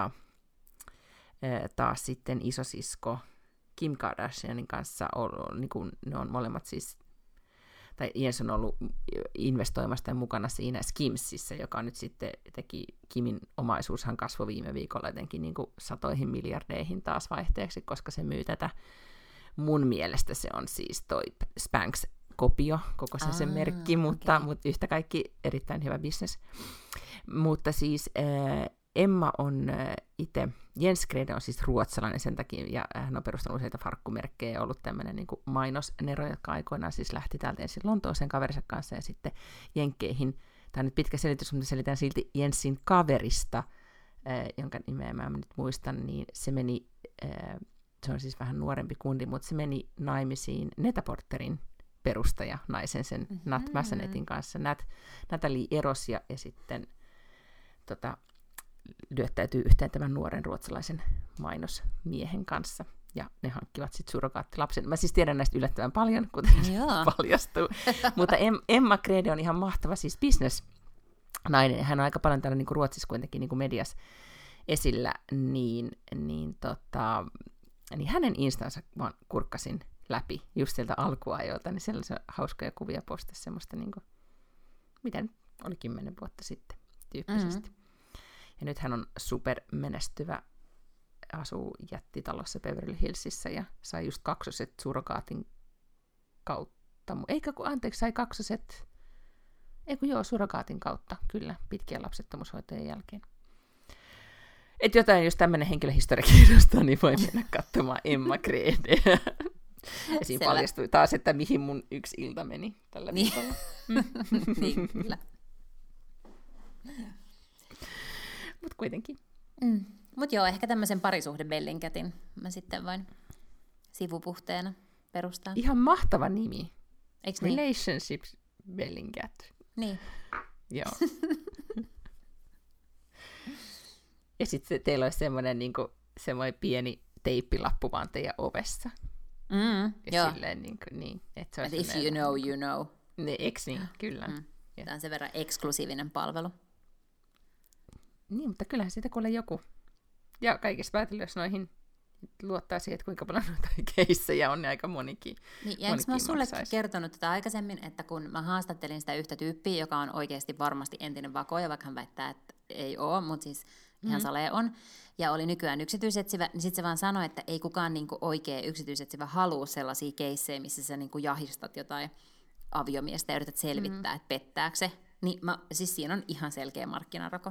äh, taas sitten isosisko Kim Kardashianin kanssa, on, niin kuin, ne on molemmat siis, tai Jens on ollut investoimasta ja mukana siinä Skimsissä, joka nyt sitten teki, Kimin omaisuushan kasvoi viime viikolla jotenkin niin kuin satoihin miljardeihin taas vaihteeksi, koska se myy tätä. Mun mielestä se on siis toi Spanx-kopio, koko se, se merkki, mutta, okay. mutta yhtä kaikki erittäin hyvä bisnes. Mutta siis äh, Emma on äh, itse, Jens Krede on siis ruotsalainen sen takia, ja hän on perustanut useita farkkumerkkejä ja ollut tämmöinen niin kuin mainosnero, jotka aikoinaan siis lähti täältä ensin Lontooseen kaverinsa kanssa ja sitten Jenkkeihin. Tämä on nyt pitkä selitys, mutta selitän silti Jensin kaverista, äh, jonka nimeä mä nyt muistan, niin se meni, äh, se on siis vähän nuorempi kundi, mutta se meni naimisiin Net-a-Porterin perustaja naisen sen mm-hmm. Nat Massanetin kanssa. Nat, Natalie erosi ja, ja sitten tota, lyöttäytyy yhteen tämän nuoren ruotsalaisen mainosmiehen kanssa. Ja ne hankkivat sitten surrogaattilapsen. Mä siis tiedän näistä yllättävän paljon, kuten paljastuu. Mutta em, Emma Krede on ihan mahtava siis business-nainen. Hän on aika paljon täällä niin kuin Ruotsissa kuitenkin niin kuin mediassa esillä. Niin, niin, tota, niin hänen instansa vaan kurkkasin läpi just sieltä alkuajoilta. Niin siellä on hauskoja kuvia postasi semmoista, niin kuin, mitä nyt oli kymmenen vuotta sitten tyyppisesti. Mm-hmm. Ja nyt hän on supermenestyvä, asuu jättitalossa Beverly Hillsissä ja sai just kaksoset surrogaatin kautta. Eikä kun, anteeksi, sai kaksoset, eikö joo, surrogaatin kautta, kyllä, pitkien lapsettomuushoitojen jälkeen. Että jotain, jos tämmöinen henkilöhistoria kiinnostaa, niin voi mennä katsomaan Emma Krede. Ja siinä paljastui taas, että mihin mun yksi ilta meni tällä viikolla. Niin, kyllä. Mutta kuitenkin. Mm. Mutta joo, ehkä tämmöisen parisuhdebellingcatin mä sitten vain sivupuhteena perustan. Ihan mahtava nimi. Eiks niin? Relationships Bellingcat. Niin. Joo. Ja sitten teillä olisi semmoinen niinku, semmoinen pieni teippilappu vaan teidän ovessa. Mm, ja joo. silleen niin, kuin, niin että se olisi if you know, you know. Ne, eks niin, kyllä. Mm. Tämä on sen verran eksklusiivinen palvelu. Niin, mutta kyllähän siitä kuulee joku. Ja kaikissa päätellä, jos noihin luottaa siihen, että kuinka paljon noita keissejä on, niin aika monikin. Niin, ja mä oon sullekin kertonut tätä aikaisemmin, että kun mä haastattelin sitä yhtä tyyppiä, joka on oikeasti varmasti entinen vakoja, vaikka hän väittää, että ei ole, mutta siis ihan mm-hmm. salee on, ja oli nykyään yksityisetsivä, niin sitten se vaan sanoi, että ei kukaan niinku oikea yksityisetsivä halua sellaisia keissejä, missä sä niinku jahistat jotain aviomiestä ja yrität selvittää, mm-hmm. että pettääkö se. Niin mä, siis siinä on ihan selkeä markkinarako.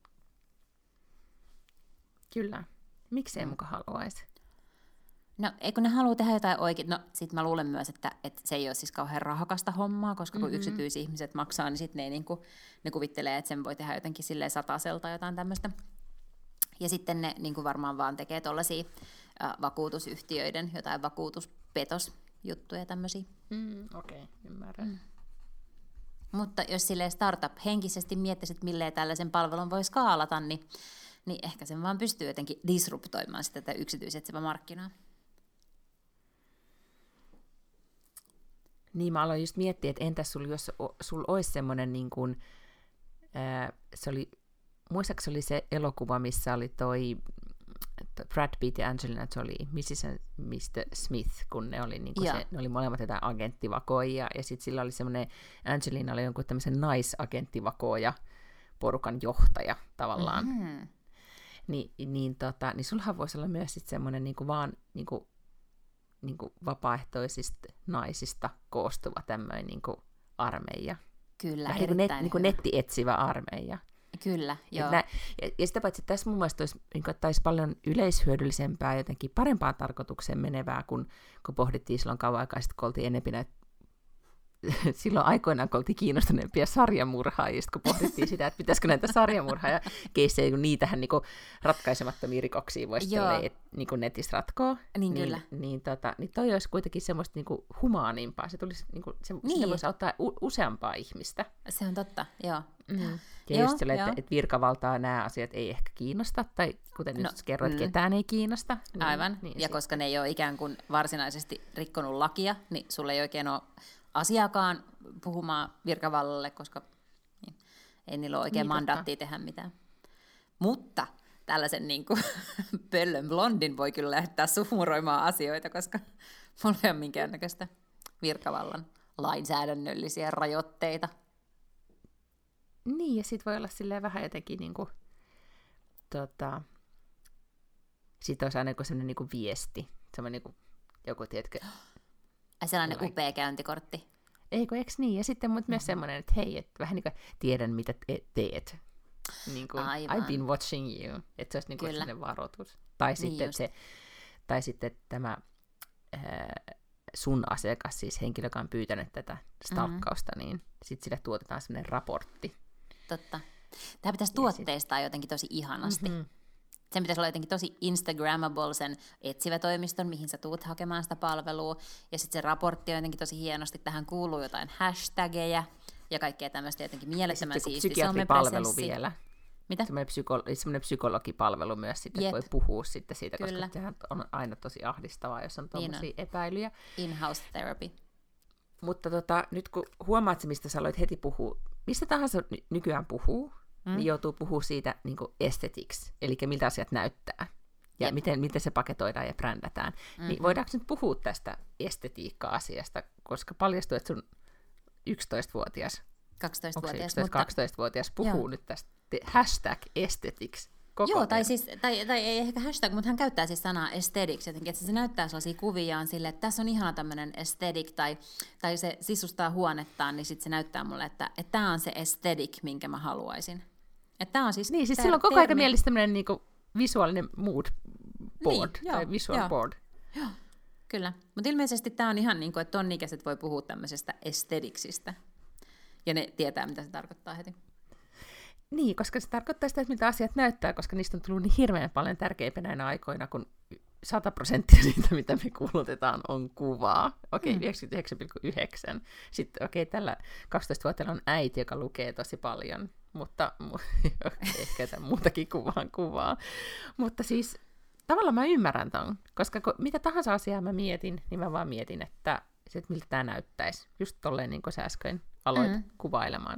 Kyllä. Miksi ei muka haluaisi? No, eikö ne halua tehdä jotain oikein? No, sit mä luulen myös, että, että se ei ole siis kauhean rahakasta hommaa, koska kun mm-hmm. yksityisihmiset maksaa, niin sitten ne, niin kuin, ne kuvittelee, että sen voi tehdä jotenkin silleen sataselta jotain tämmöistä. Ja sitten ne niin kuin varmaan vaan tekee tuollaisia äh, vakuutusyhtiöiden, jotain vakuutuspetosjuttuja tämmöisiä. Mm, Okei, okay, ymmärrän. Mm. Mutta jos silleen startup-henkisesti miettisit, milleen tällaisen palvelun voi skaalata, niin niin ehkä sen vaan pystyy jotenkin disruptoimaan sitä tätä yksityisetsivä markkinaa. Niin, mä aloin just miettiä, että entäs sul, jos sul olisi semmoinen, niin kuin, ää, se oli, muistaakseni oli se elokuva, missä oli toi Brad Pitt ja Angelina Jolie, missus and mister Smith, kun ne oli, niin kuin se, ne oli molemmat jotain agenttivakoja, ja sitten sillä oli semmoinen, Angelina oli jonkun tämmöisen naisagenttivakoja, porukan johtaja tavallaan. Mm-hmm. Ni, niin, tota, niin sulhan voisi olla myös sit semmoinen niinku vaan niinku niin kuin vapaaehtoisista naisista koostuva tämmöinen niin kuin armeija. Kyllä, vähän erittäin net, niin kuin nettietsivä armeija. Kyllä, joo. Nä, ja, ja sitä paitsi tässä mun mielestä olisi, niin kuin, että olisi paljon yleishyödyllisempää, jotenkin parempaan tarkoitukseen menevää, kun, kun pohdittiin silloin kauan aikaa sitten, kun oltiin enemmän näitä silloin aikoinaan, kun oltiin kiinnostuneempia sarjamurhaajista, kun pohdittiin sitä, että pitäisikö näitä sarjamurhaaja keissejä, kun niitähän niin kuin ratkaisemattomia rikoksia voisi niin netissä ratkoa. Niin, niin kyllä. Niin, tota, niin toi olisi kuitenkin semmoista niin kuin humaanimpaa. Se tulisi, niin kuin, se, niin. Sitä voisi auttaa u- useampaa ihmistä. Se on totta, joo. Mm. Ja joo, just sille, että, että virkavaltaa nämä asiat ei ehkä kiinnosta, tai kuten no, nyt kerroit, mm. ketään ei kiinnosta. Niin, aivan, niin, ja sit... koska ne ei ole ikään kuin varsinaisesti rikkonut lakia, niin sulle ei oikein ole asiakaan puhumaan virkavallalle, koska niin, ei niillä ole oikein niin, mandaattia tehdä mitään. Mutta tällaisen niin kuin, pöllön blondin voi kyllä lähteä sumuroimaan asioita, koska mulla ei ole minkäännäköistä virkavallan lainsäädännöllisiä rajoitteita. Niin, ja sit voi olla silleen vähän jotenkin niinku, tota, sit olisi aina joku sellainen niinku viesti, semmoinen niinku, joku, tiedätkö, ai sellainen like. Upea käyntikortti. Eikö, eikö niin? Ja sitten mut mm-hmm. myös semmoinen, että hei, et vähän niin kuin tiedän, mitä te- teet. Niin kuin, I've been watching you. Että se olisi niin kuin sellainen varoitus. Tai niin sitten, se, tai sitten tämä ää, sun asiakas, siis henkilö, joka on pyytänyt tätä stalkkausta, mm-hmm. niin sitten sille tuotetaan sellainen raportti. Totta. Tämä pitäisi ja tuotteistaa sit... jotenkin tosi ihanasti. Mm-hmm. Sen pitäisi olla jotenkin tosi Instagrammable, sen etsivä toimiston, mihin sä tuut hakemaan sitä palvelua. Ja sitten se raportti on jotenkin tosi hienosti. Tähän kuuluu jotain hashtageja ja kaikkea tämmöistä jotenkin mielettömän siistiä. Psykiatripalvelu vielä. Mitä? Semmoinen, psyko- semmoinen psykologipalvelu myös, sitten, että voi puhua sitten siitä, Kyllä. koska sehän on aina tosi ahdistavaa, jos on tuollaisia niin epäilyjä. In-house therapy. Mutta tota, nyt kun huomaat se, mistä sä aloit heti puhua, mistä tahansa ny- nykyään puhuu, mm. niin joutuu puhua siitä niin kuin aesthetics, eli miltä asiat näyttää, ja miten, miten se paketoidaan ja brändätään. Mm-hmm. Niin voidaanko nyt puhua tästä estetiikka-asiasta, koska paljastuu, että sun yksitoistavuotias, kaksitoistavuotias, yksitoista-kaksitoistavuotias puhuu joo. nyt tästä hashtag aesthetics. Koko Joo, tai, siis, tai, tai ei ehkä hashtag, mutta hän käyttää siis sanaa aesthetics jotenkin, että se näyttää sellaisia kuviaan sille, että tässä on ihana tämmöinen aesthetic, tai, tai se sisustaa huonettaan, niin sitten se näyttää mulle, että tämä on se aesthetic, minkä mä haluaisin. Että tää on siis niin, siis sillä on koko ajan mielessä tämmöinen niinku visuaalinen mood board, niin, tai joo, visual joo. board. Joo, kyllä. Mutta ilmeisesti tämä on ihan niin kuin, että ton ikäiset voi puhua tämmöisestä aestheticsistä, ja ne tietää, mitä se tarkoittaa heti. Niin, koska se tarkoittaa sitä, että mitä asiat näyttää, koska niistä on tullut niin hirveän paljon tärkeämpää näinä aikoina, kun sata prosenttia siitä, mitä me kuulutetaan, on kuvaa. Okei, okay, mm. yhdeksänkymmentäyhdeksän pilkku yhdeksän. Sitten okei, okay, tällä kaksitoistavuotiaalla on äiti, joka lukee tosi paljon, mutta ehkä tämän muutakin kuvaan kuvaa. Mutta siis tavallaan mä ymmärrän ton, koska mitä tahansa asiaa mä mietin, niin mä vaan mietin, että, että miltä tämä näyttäisi. Just tolleen, niin kuin sä äsken aloit mm. kuvailemaan.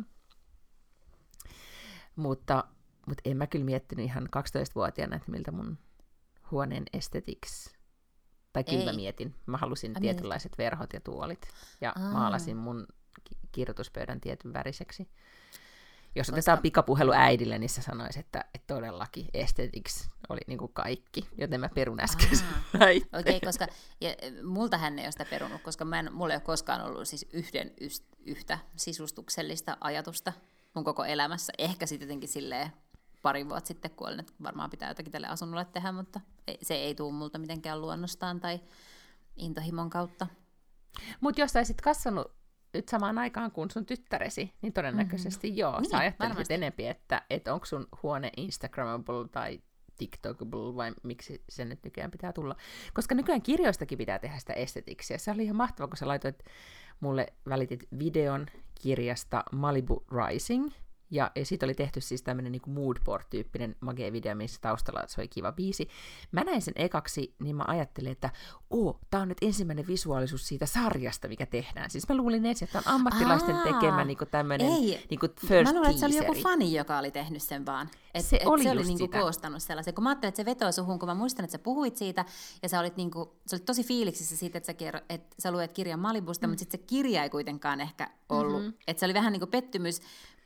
Mutta, mutta en mä kyllä miettinyt ihan kaksitoistavuotiaana, että miltä mun huoneen aesthetics, tai kyllä Ei. mä mietin. Mä halusin Ai tietynlaiset mietit. verhot ja tuolit, ja Aa. maalasin mun kirjoituspöydän tietyn väriseksi. Jos Koska... otetaan pikapuhelu äidille, niin se sanoisi, että, että todellakin aesthetics oli niin kuin kaikki, joten mä perun äskeisen väitteen. Okei, okay, koska ja, multa hän ei ole sitä perunut, koska mä en, mulla ei ole koskaan ollut siis yhden yhtä sisustuksellista ajatusta mun koko elämässä. Ehkä sitten jotenkin silleen pari vuotta sitten kuolin, että varmaan pitää jotakin tälle asunnolle tehdä, mutta se ei tule multa mitenkään luonnostaan tai intohimon kautta. Mutta jos sä olisit kasvanut nyt samaan aikaan kuin sun tyttäresi, niin todennäköisesti mm-hmm. joo. Niin, sä ajattelisit enempi, että, että onko sun huone Instagrammable tai TikTokable vai miksi se nyt nykyään pitää tulla. Koska nykyään kirjoistakin pitää tehdä sitä estetiksiä. Se oli ihan mahtavaa, kun sä laitoit mulle, välitit videon kirjasta Malibu Rising, ja, ja siitä oli tehty siis tämmöinen niin kuin moodboard-tyyppinen magea video, missä taustalla soi kiva biisi. Mä näin sen ekaksi, niin mä ajattelin, että oo, tää on nyt ensimmäinen visuaalisuus siitä sarjasta, mikä tehdään. Siis mä luulin ensin, että tää on ammattilaisten Aa, tekemä niin kuin tämmöinen niin kuin first Mä luulen, että se oli joku fani, joka oli tehnyt sen vaan. Et, se et oli se just oli niin kuin sitä. koostanut sellaisen. Kun mä ajattelin, että se vetoo suhun, kun mä muistan, että sä puhuit siitä, ja sä olit, niin kuin, sä olit tosi fiiliksissä siitä, että sä, kerro, että sä luet kirjan Malibusta, mm. mutta sitten se kirja ei kuitenkaan ehkä ollut. Mm-hmm. Että se oli vähän niin kuin pettymys,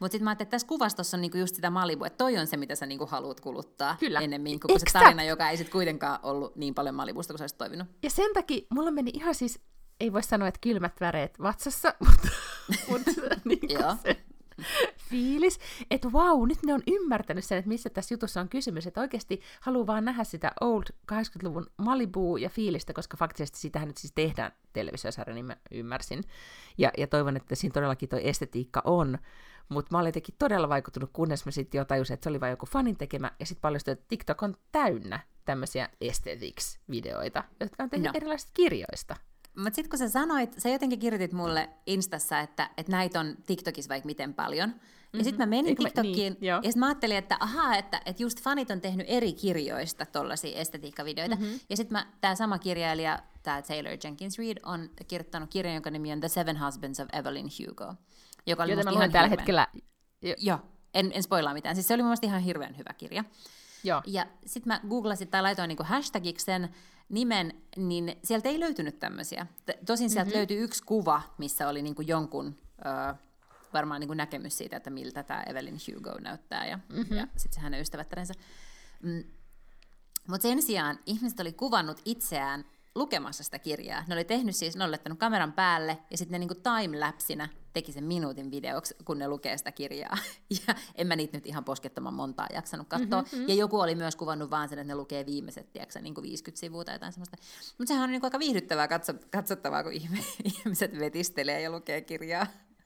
Mutta sitten mä ajattelin, että tässä kuvastossa on niinku just sitä Malibua, että toi on se, mitä sä niinku haluat kuluttaa Kyllä. ennemmin kuin se tarina, joka ei sitten kuitenkaan ollut niin paljon Malibusta kuin sä olisit toivonut. Ja sen takia mulla meni ihan siis, ei voi sanoa, että kylmät väreet vatsassa, mutta, mutta niin se fiilis, että vau, nyt ne on ymmärtänyt sen, että missä tässä jutussa on kysymys, että oikeasti haluaa vaan nähdä sitä old kahdeksankymmentäluvun Malibua ja fiilistä, koska faktisesti sitähän nyt siis tehdään televisiosarja, niin mä ymmärsin. Ja, ja toivon, että siinä todellakin toi estetiikka on, mutta mä olin jotenkin todella vaikuttunut, kunnes mä sitten jo tajusin, että se oli vain joku fanin tekemä, ja sitten paljastui, että TikTok on täynnä tämmöisiä aesthetics-videoita, jotka on tehty no. erilaisista kirjoista. Mutta sitten kun sä sanoit, sä jotenkin kirjoitit mulle Instassa, että, että näitä on TikTokissa vaikka miten paljon. Mm-hmm. Ja sitten mä menin Eikö TikTokiin, mä, niin, ja sitten mä ajattelin, että ahaa, että, että just fanit on tehnyt eri kirjoista tollaisia estetiikkavideoita. Mm-hmm. Ja sitten tämä sama kirjailija, tämä Taylor Jenkins Reid, on kirjoittanut kirjan, jonka nimi on The Seven Husbands of Evelyn Hugo. Joka oli Joten mä luen tällä hetkellä. Jo. Joo, en, en spoilaa mitään. Siis se oli mun mielestä ihan hirveän hyvä kirja. Joo. Ja sitten mä googlasin tai laitoin niinku hashtagiksi sen nimen, niin sieltä ei löytynyt tämmöisiä. Tosin sieltä mm-hmm. löytyi yksi kuva, missä oli niinku jonkun ö, varmaan niinku näkemys siitä, että miltä tämä Evelyn Hugo näyttää ja, mm-hmm. ja sitten se hänen ystävättärensä. Mm. Mutta sen sijaan ihmiset oli kuvannut itseään lukemassa sitä kirjaa. Ne oli tehnyt siis, ne oli laittanut kameran päälle ja sitten ne niinku timelapsinä teki sen minuutin videoksi, kun ne lukee sitä kirjaa. Ja en mä niitä nyt ihan poskettoman montaa jaksanut katsoa. Mm-hmm. Ja joku oli myös kuvannut vaan sen, että ne lukee viimeiset, tiedätkö, niin kuin viisikymmentä sivua tai jotain semmoista. Mutta sehän on niin kuin aika viihdyttävää katso, katsottavaa, kun ihmiset vetistelee ja lukee kirjaa.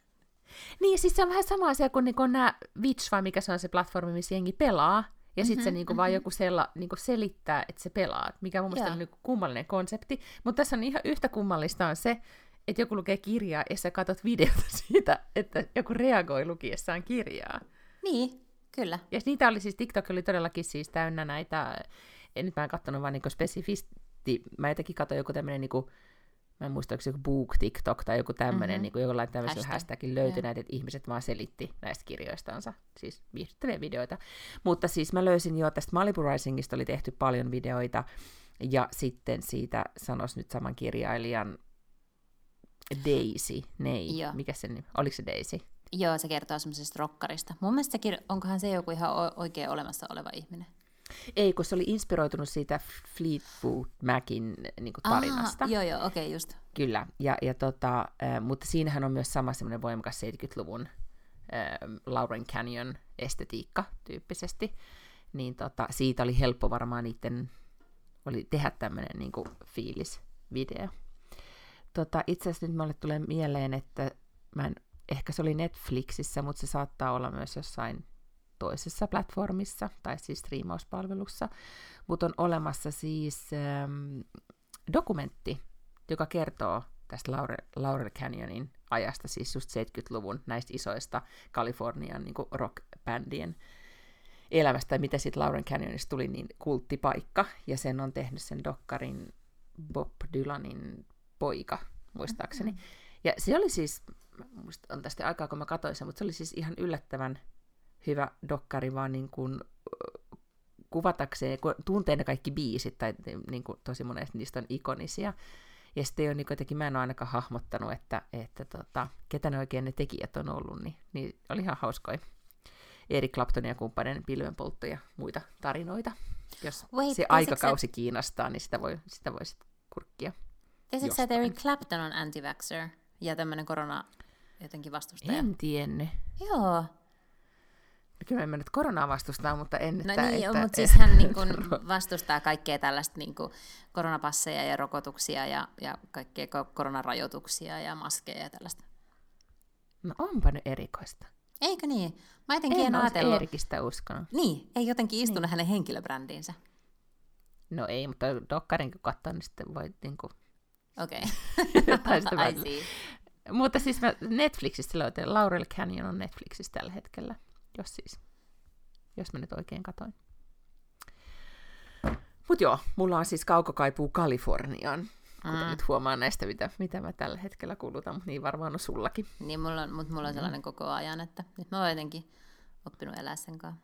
Niin, siis se on vähän sama asia kuin, niin kuin nämä Witch, vai mikä se on se platformi, missä jengi pelaa. Ja sitten mm-hmm, se niinku mm-hmm. vaan joku sella, niinku selittää, että se pelaa, mikä mun mielestä on niinku kummallinen konsepti. Mutta tässä on ihan yhtä kummallista on se, että joku lukee kirjaa ja sä katsot videota siitä, että joku reagoi lukiessaan kirjaa. Niin, kyllä. Ja niitä oli siis, TikTok oli todellakin siis täynnä näitä, en nyt mä en katsonut vaan niinku spesifisti, mä jotenkin katsoin joku tämmönen niinku, mä en muista, onko se joku book TikTok tai joku tämmöinen, mm-hmm. niin jollain tämmöisellä Hashtag. hashtagin löytyi yeah. näitä, että ihmiset vaan selitti näistä kirjoistansa, siis viihdyttäviä videoita. Mutta siis mä löysin jo tästä Malibu Risingista oli tehty paljon videoita, ja sitten siitä sanois nyt saman kirjailijan Daisy, nei, Joo. mikä se nimi, oliko se Daisy? Joo, se kertoo semmoisesta rokkarista. Mun mielestä se kir- onkohan se joku ihan o- oikein olemassa oleva ihminen? Ei, kun se oli inspiroitunut siitä Fleetwood Macin niin kuin tarinasta. Aha, joo, joo, okei, okay, just. Kyllä, ja, ja tota, äh, mutta siinähän on myös sama semmoinen voimakas seitsemänkymmentäluvun äh, Lauren Canyon estetiikka tyyppisesti. Niin tota, siitä oli helppo varmaan niiden oli tehdä tämmöinen niin kuin fiilisvideo. Tota, itse asiassa nyt mulle tulee mieleen, että mä en, ehkä se oli Netflixissä, mutta se saattaa olla myös jossain toisessa platformissa, tai siis striimauspalvelussa, mutta on olemassa siis ähm, dokumentti, joka kertoo tästä Laurel, Laurel Canyonin ajasta, siis just seitsemänkymmentäluvun näistä isoista Kalifornian niin kuin rock-bändien elämästä, ja miten sitten Laurel Canyonista tuli niin kulttipaikka, ja sen on tehnyt sen dokkarin Bob Dylanin poika, muistaakseni. Mm-hmm. Ja se oli siis, on tästä aikaa, kun mä katsoin sen, mutta se oli siis ihan yllättävän hyvä dokkari, vaan niin kuin kuvatakseen, kun tuntee ne kaikki biisit, tai niin kuin tosi monesti niistä on ikonisia. Ja sitten niin jotenkin mä en ole ainakaan hahmottanut, että, että tota, ketä ne oikein ne tekijät on ollut, niin, niin oli ihan hauskoja. Eric Claptonin ja kumppanen pilvenpoltto ja muita tarinoita. Jos Wait, se aikakausi se... kiinnostaa, niin sitä voi, sitä voi sitten kurkkia. Tiesitkö sä, että Eric Clapton on anti-vaxxer ja tämmöinen korona jotenkin vastustaja? En tiennyt. Joo. Kyllä en nyt koronaa vastustaa, mutta en... No että, niin, että, mutta siis hän niin kuin vastustaa kaikkea tällaista niin kuin koronapasseja ja rokotuksia ja, ja kaikkea koronarajoituksia ja maskeja ja tällaista. No onpa nyt erikoista. Eikö niin? Mä jotenkin en, en ajatellut... Erikistä uskonut. Niin, ei jotenkin istunut niin. hänen henkilöbrändiinsä. No ei, mutta dokkarin kun katsoo, niin sitten voi niinku... Okei. Okay. Mutta siis mä Netflixistä löytin, Laurel Canyon on Netflixissä tällä hetkellä, jos siis, jos mä nyt oikein katoin. Mut joo, mulla on siis kaukokaipuu Kaliforniaan, kuten mm. nyt huomaan näistä, mitä, mitä mä tällä hetkellä kulutan, mutta niin varmaan on sullakin. Niin, mulla on, mutta mulla on sellainen mm. koko ajan, että nyt mä oon jotenkin oppinut elää sen kanssa.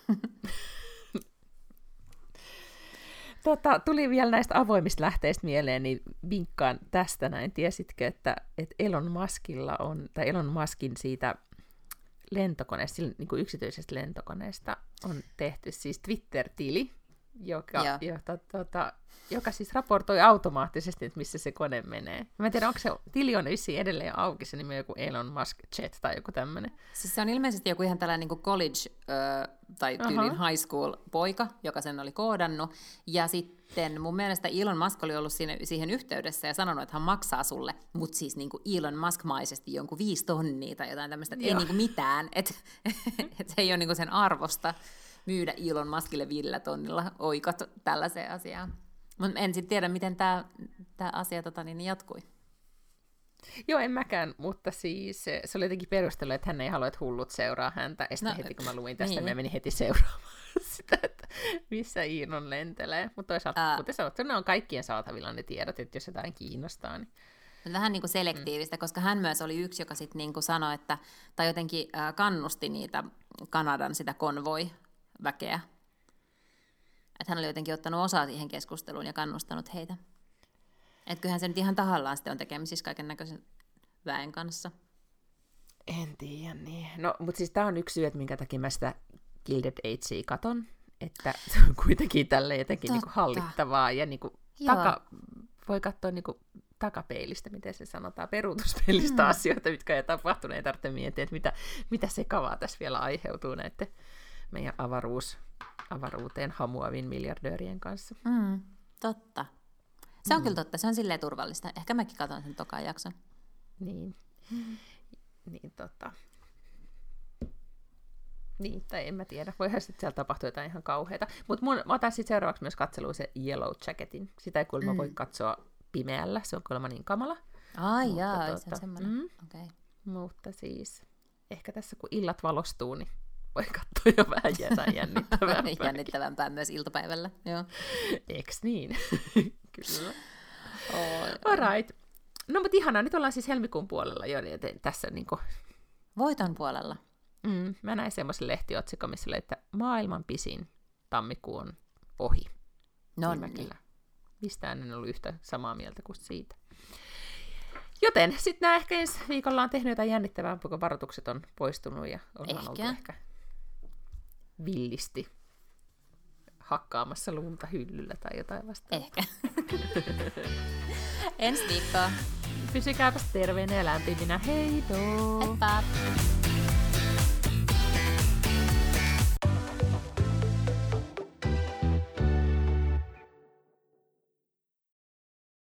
Tota, tuli vielä näistä avoimista lähteistä mieleen, niin vinkkaan tästä näin. Tiesitkö, että, että Elon Muskilla on, tai Elon Muskin siitä lentokoneesta, niin kuin yksityisestä lentokoneesta on tehty siis Twitter-tili, joka, jota, tuota, joka siis raportoi automaattisesti, että missä se kone menee. Mä en tiedä, onko se tili on vissiin edelleen auki, se nimi on joku Elon Musk Jet tai joku tämmöinen. Siis se on ilmeisesti joku ihan tällainen niin kuin college ö, tai tyylin uh-huh. high school poika, joka sen oli koodannut. Ja sitten mun mielestä Elon Musk oli ollut siinä, siihen yhteydessä ja sanonut, että hän maksaa sulle, mutta siis niin kuin Elon Musk-maisesti jonkun viisi tonnia tai jotain tämmöistä, että ei niin kuin mitään, että et se ei ole niin kuin sen arvosta myydä Elon Muskille viidellä tonnilla oikot tällaiseen asiaan. Mutta en sitten tiedä, miten tämä asia tota, niin jatkui. Joo, en mäkään, mutta siis se oli jotenkin perustelu, että hän ei halua, että hullut seuraa häntä. Ja sitten no, heti kun mä luin tästä, niin. mä menin heti seuraamaan sitä, että missä Elon lentelee. Mutta toisaalta, kuten sanottu, ne on kaikkien saatavilla ne tiedot, että jos jotain kiinnostaa. Niin... Vähän niin kuin selektiivistä, mm. koska hän myös oli yksi, joka sitten niin kuin sanoi, että, tai jotenkin äh, kannusti niitä Kanadan sitä konvoi-väkeä. Että hän oli jotenkin ottanut osaa siihen keskusteluun ja kannustanut heitä. Että kyllähän se nyt ihan tahallaan sitten on tekemisissä kaiken näköisen väen kanssa. En tiedä niin. No, mutta siis tämä on yksi syy, että minkä takia mä sitä Gilded Agea katon. Että se on kuitenkin tälle jotenkin niinku hallittavaa ja niinku taka, voi katsoa niinku takapeilistä, miten se sanotaan, peruutuspeilistä mm. asioita, mitkä ei tapahtunut. Ei tarvitse miettiä, että mitä, mitä sekavaa tässä vielä aiheutuu näiden meidän avaruus, avaruuteen hamuavin miljardöörien kanssa. Mm, totta. Se on mm. kyllä totta, se on silleen turvallista. Ehkä mäkin katson sen tokaan jakson. Niin. Mm. Niin, tota. Niin, tai en mä tiedä. Voihan sitten siellä tapahtua jotain ihan kauheata. Mutta mä otan sitten seuraavaksi myös katseluun se Yellow Jacketin. Sitä ei kuulemma mm. voi katsoa pimeällä, se on kuulemma niin kamala. Ai mutta, jaa, tuota, se on semmoinen. Mm, okay. Mutta siis, ehkä tässä kun illat valostuu, niin voi katsoa jo vähän jotain jännittävämpää. Jännittävämpää myös iltapäivällä, joo. Eiks niin? Kyllä. Oh, alright. No mutta ihanaa, nyt ollaan siis helmikuun puolella jo, niin tässä niinku... Voiton puolella. Mm, mä näin semmoisen lehtiotsikon, missä oli, että maailman pisin tammikuu on ohi. No niin. Kyllä. Mistään en ollut yhtä samaa mieltä kuin siitä. Joten sitten nämä ehkä ensi viikolla on tehnyt jotain jännittävää, kun varoitukset on poistunut ja ollaan oltu ehkä villisti hakkaamassa lunta hyllyllä tai jotain vastaavaa. Ehkä. Ensi viikkoa. Pysykääpäs terveenä ja lämpiminä. Heidoo! Heippa!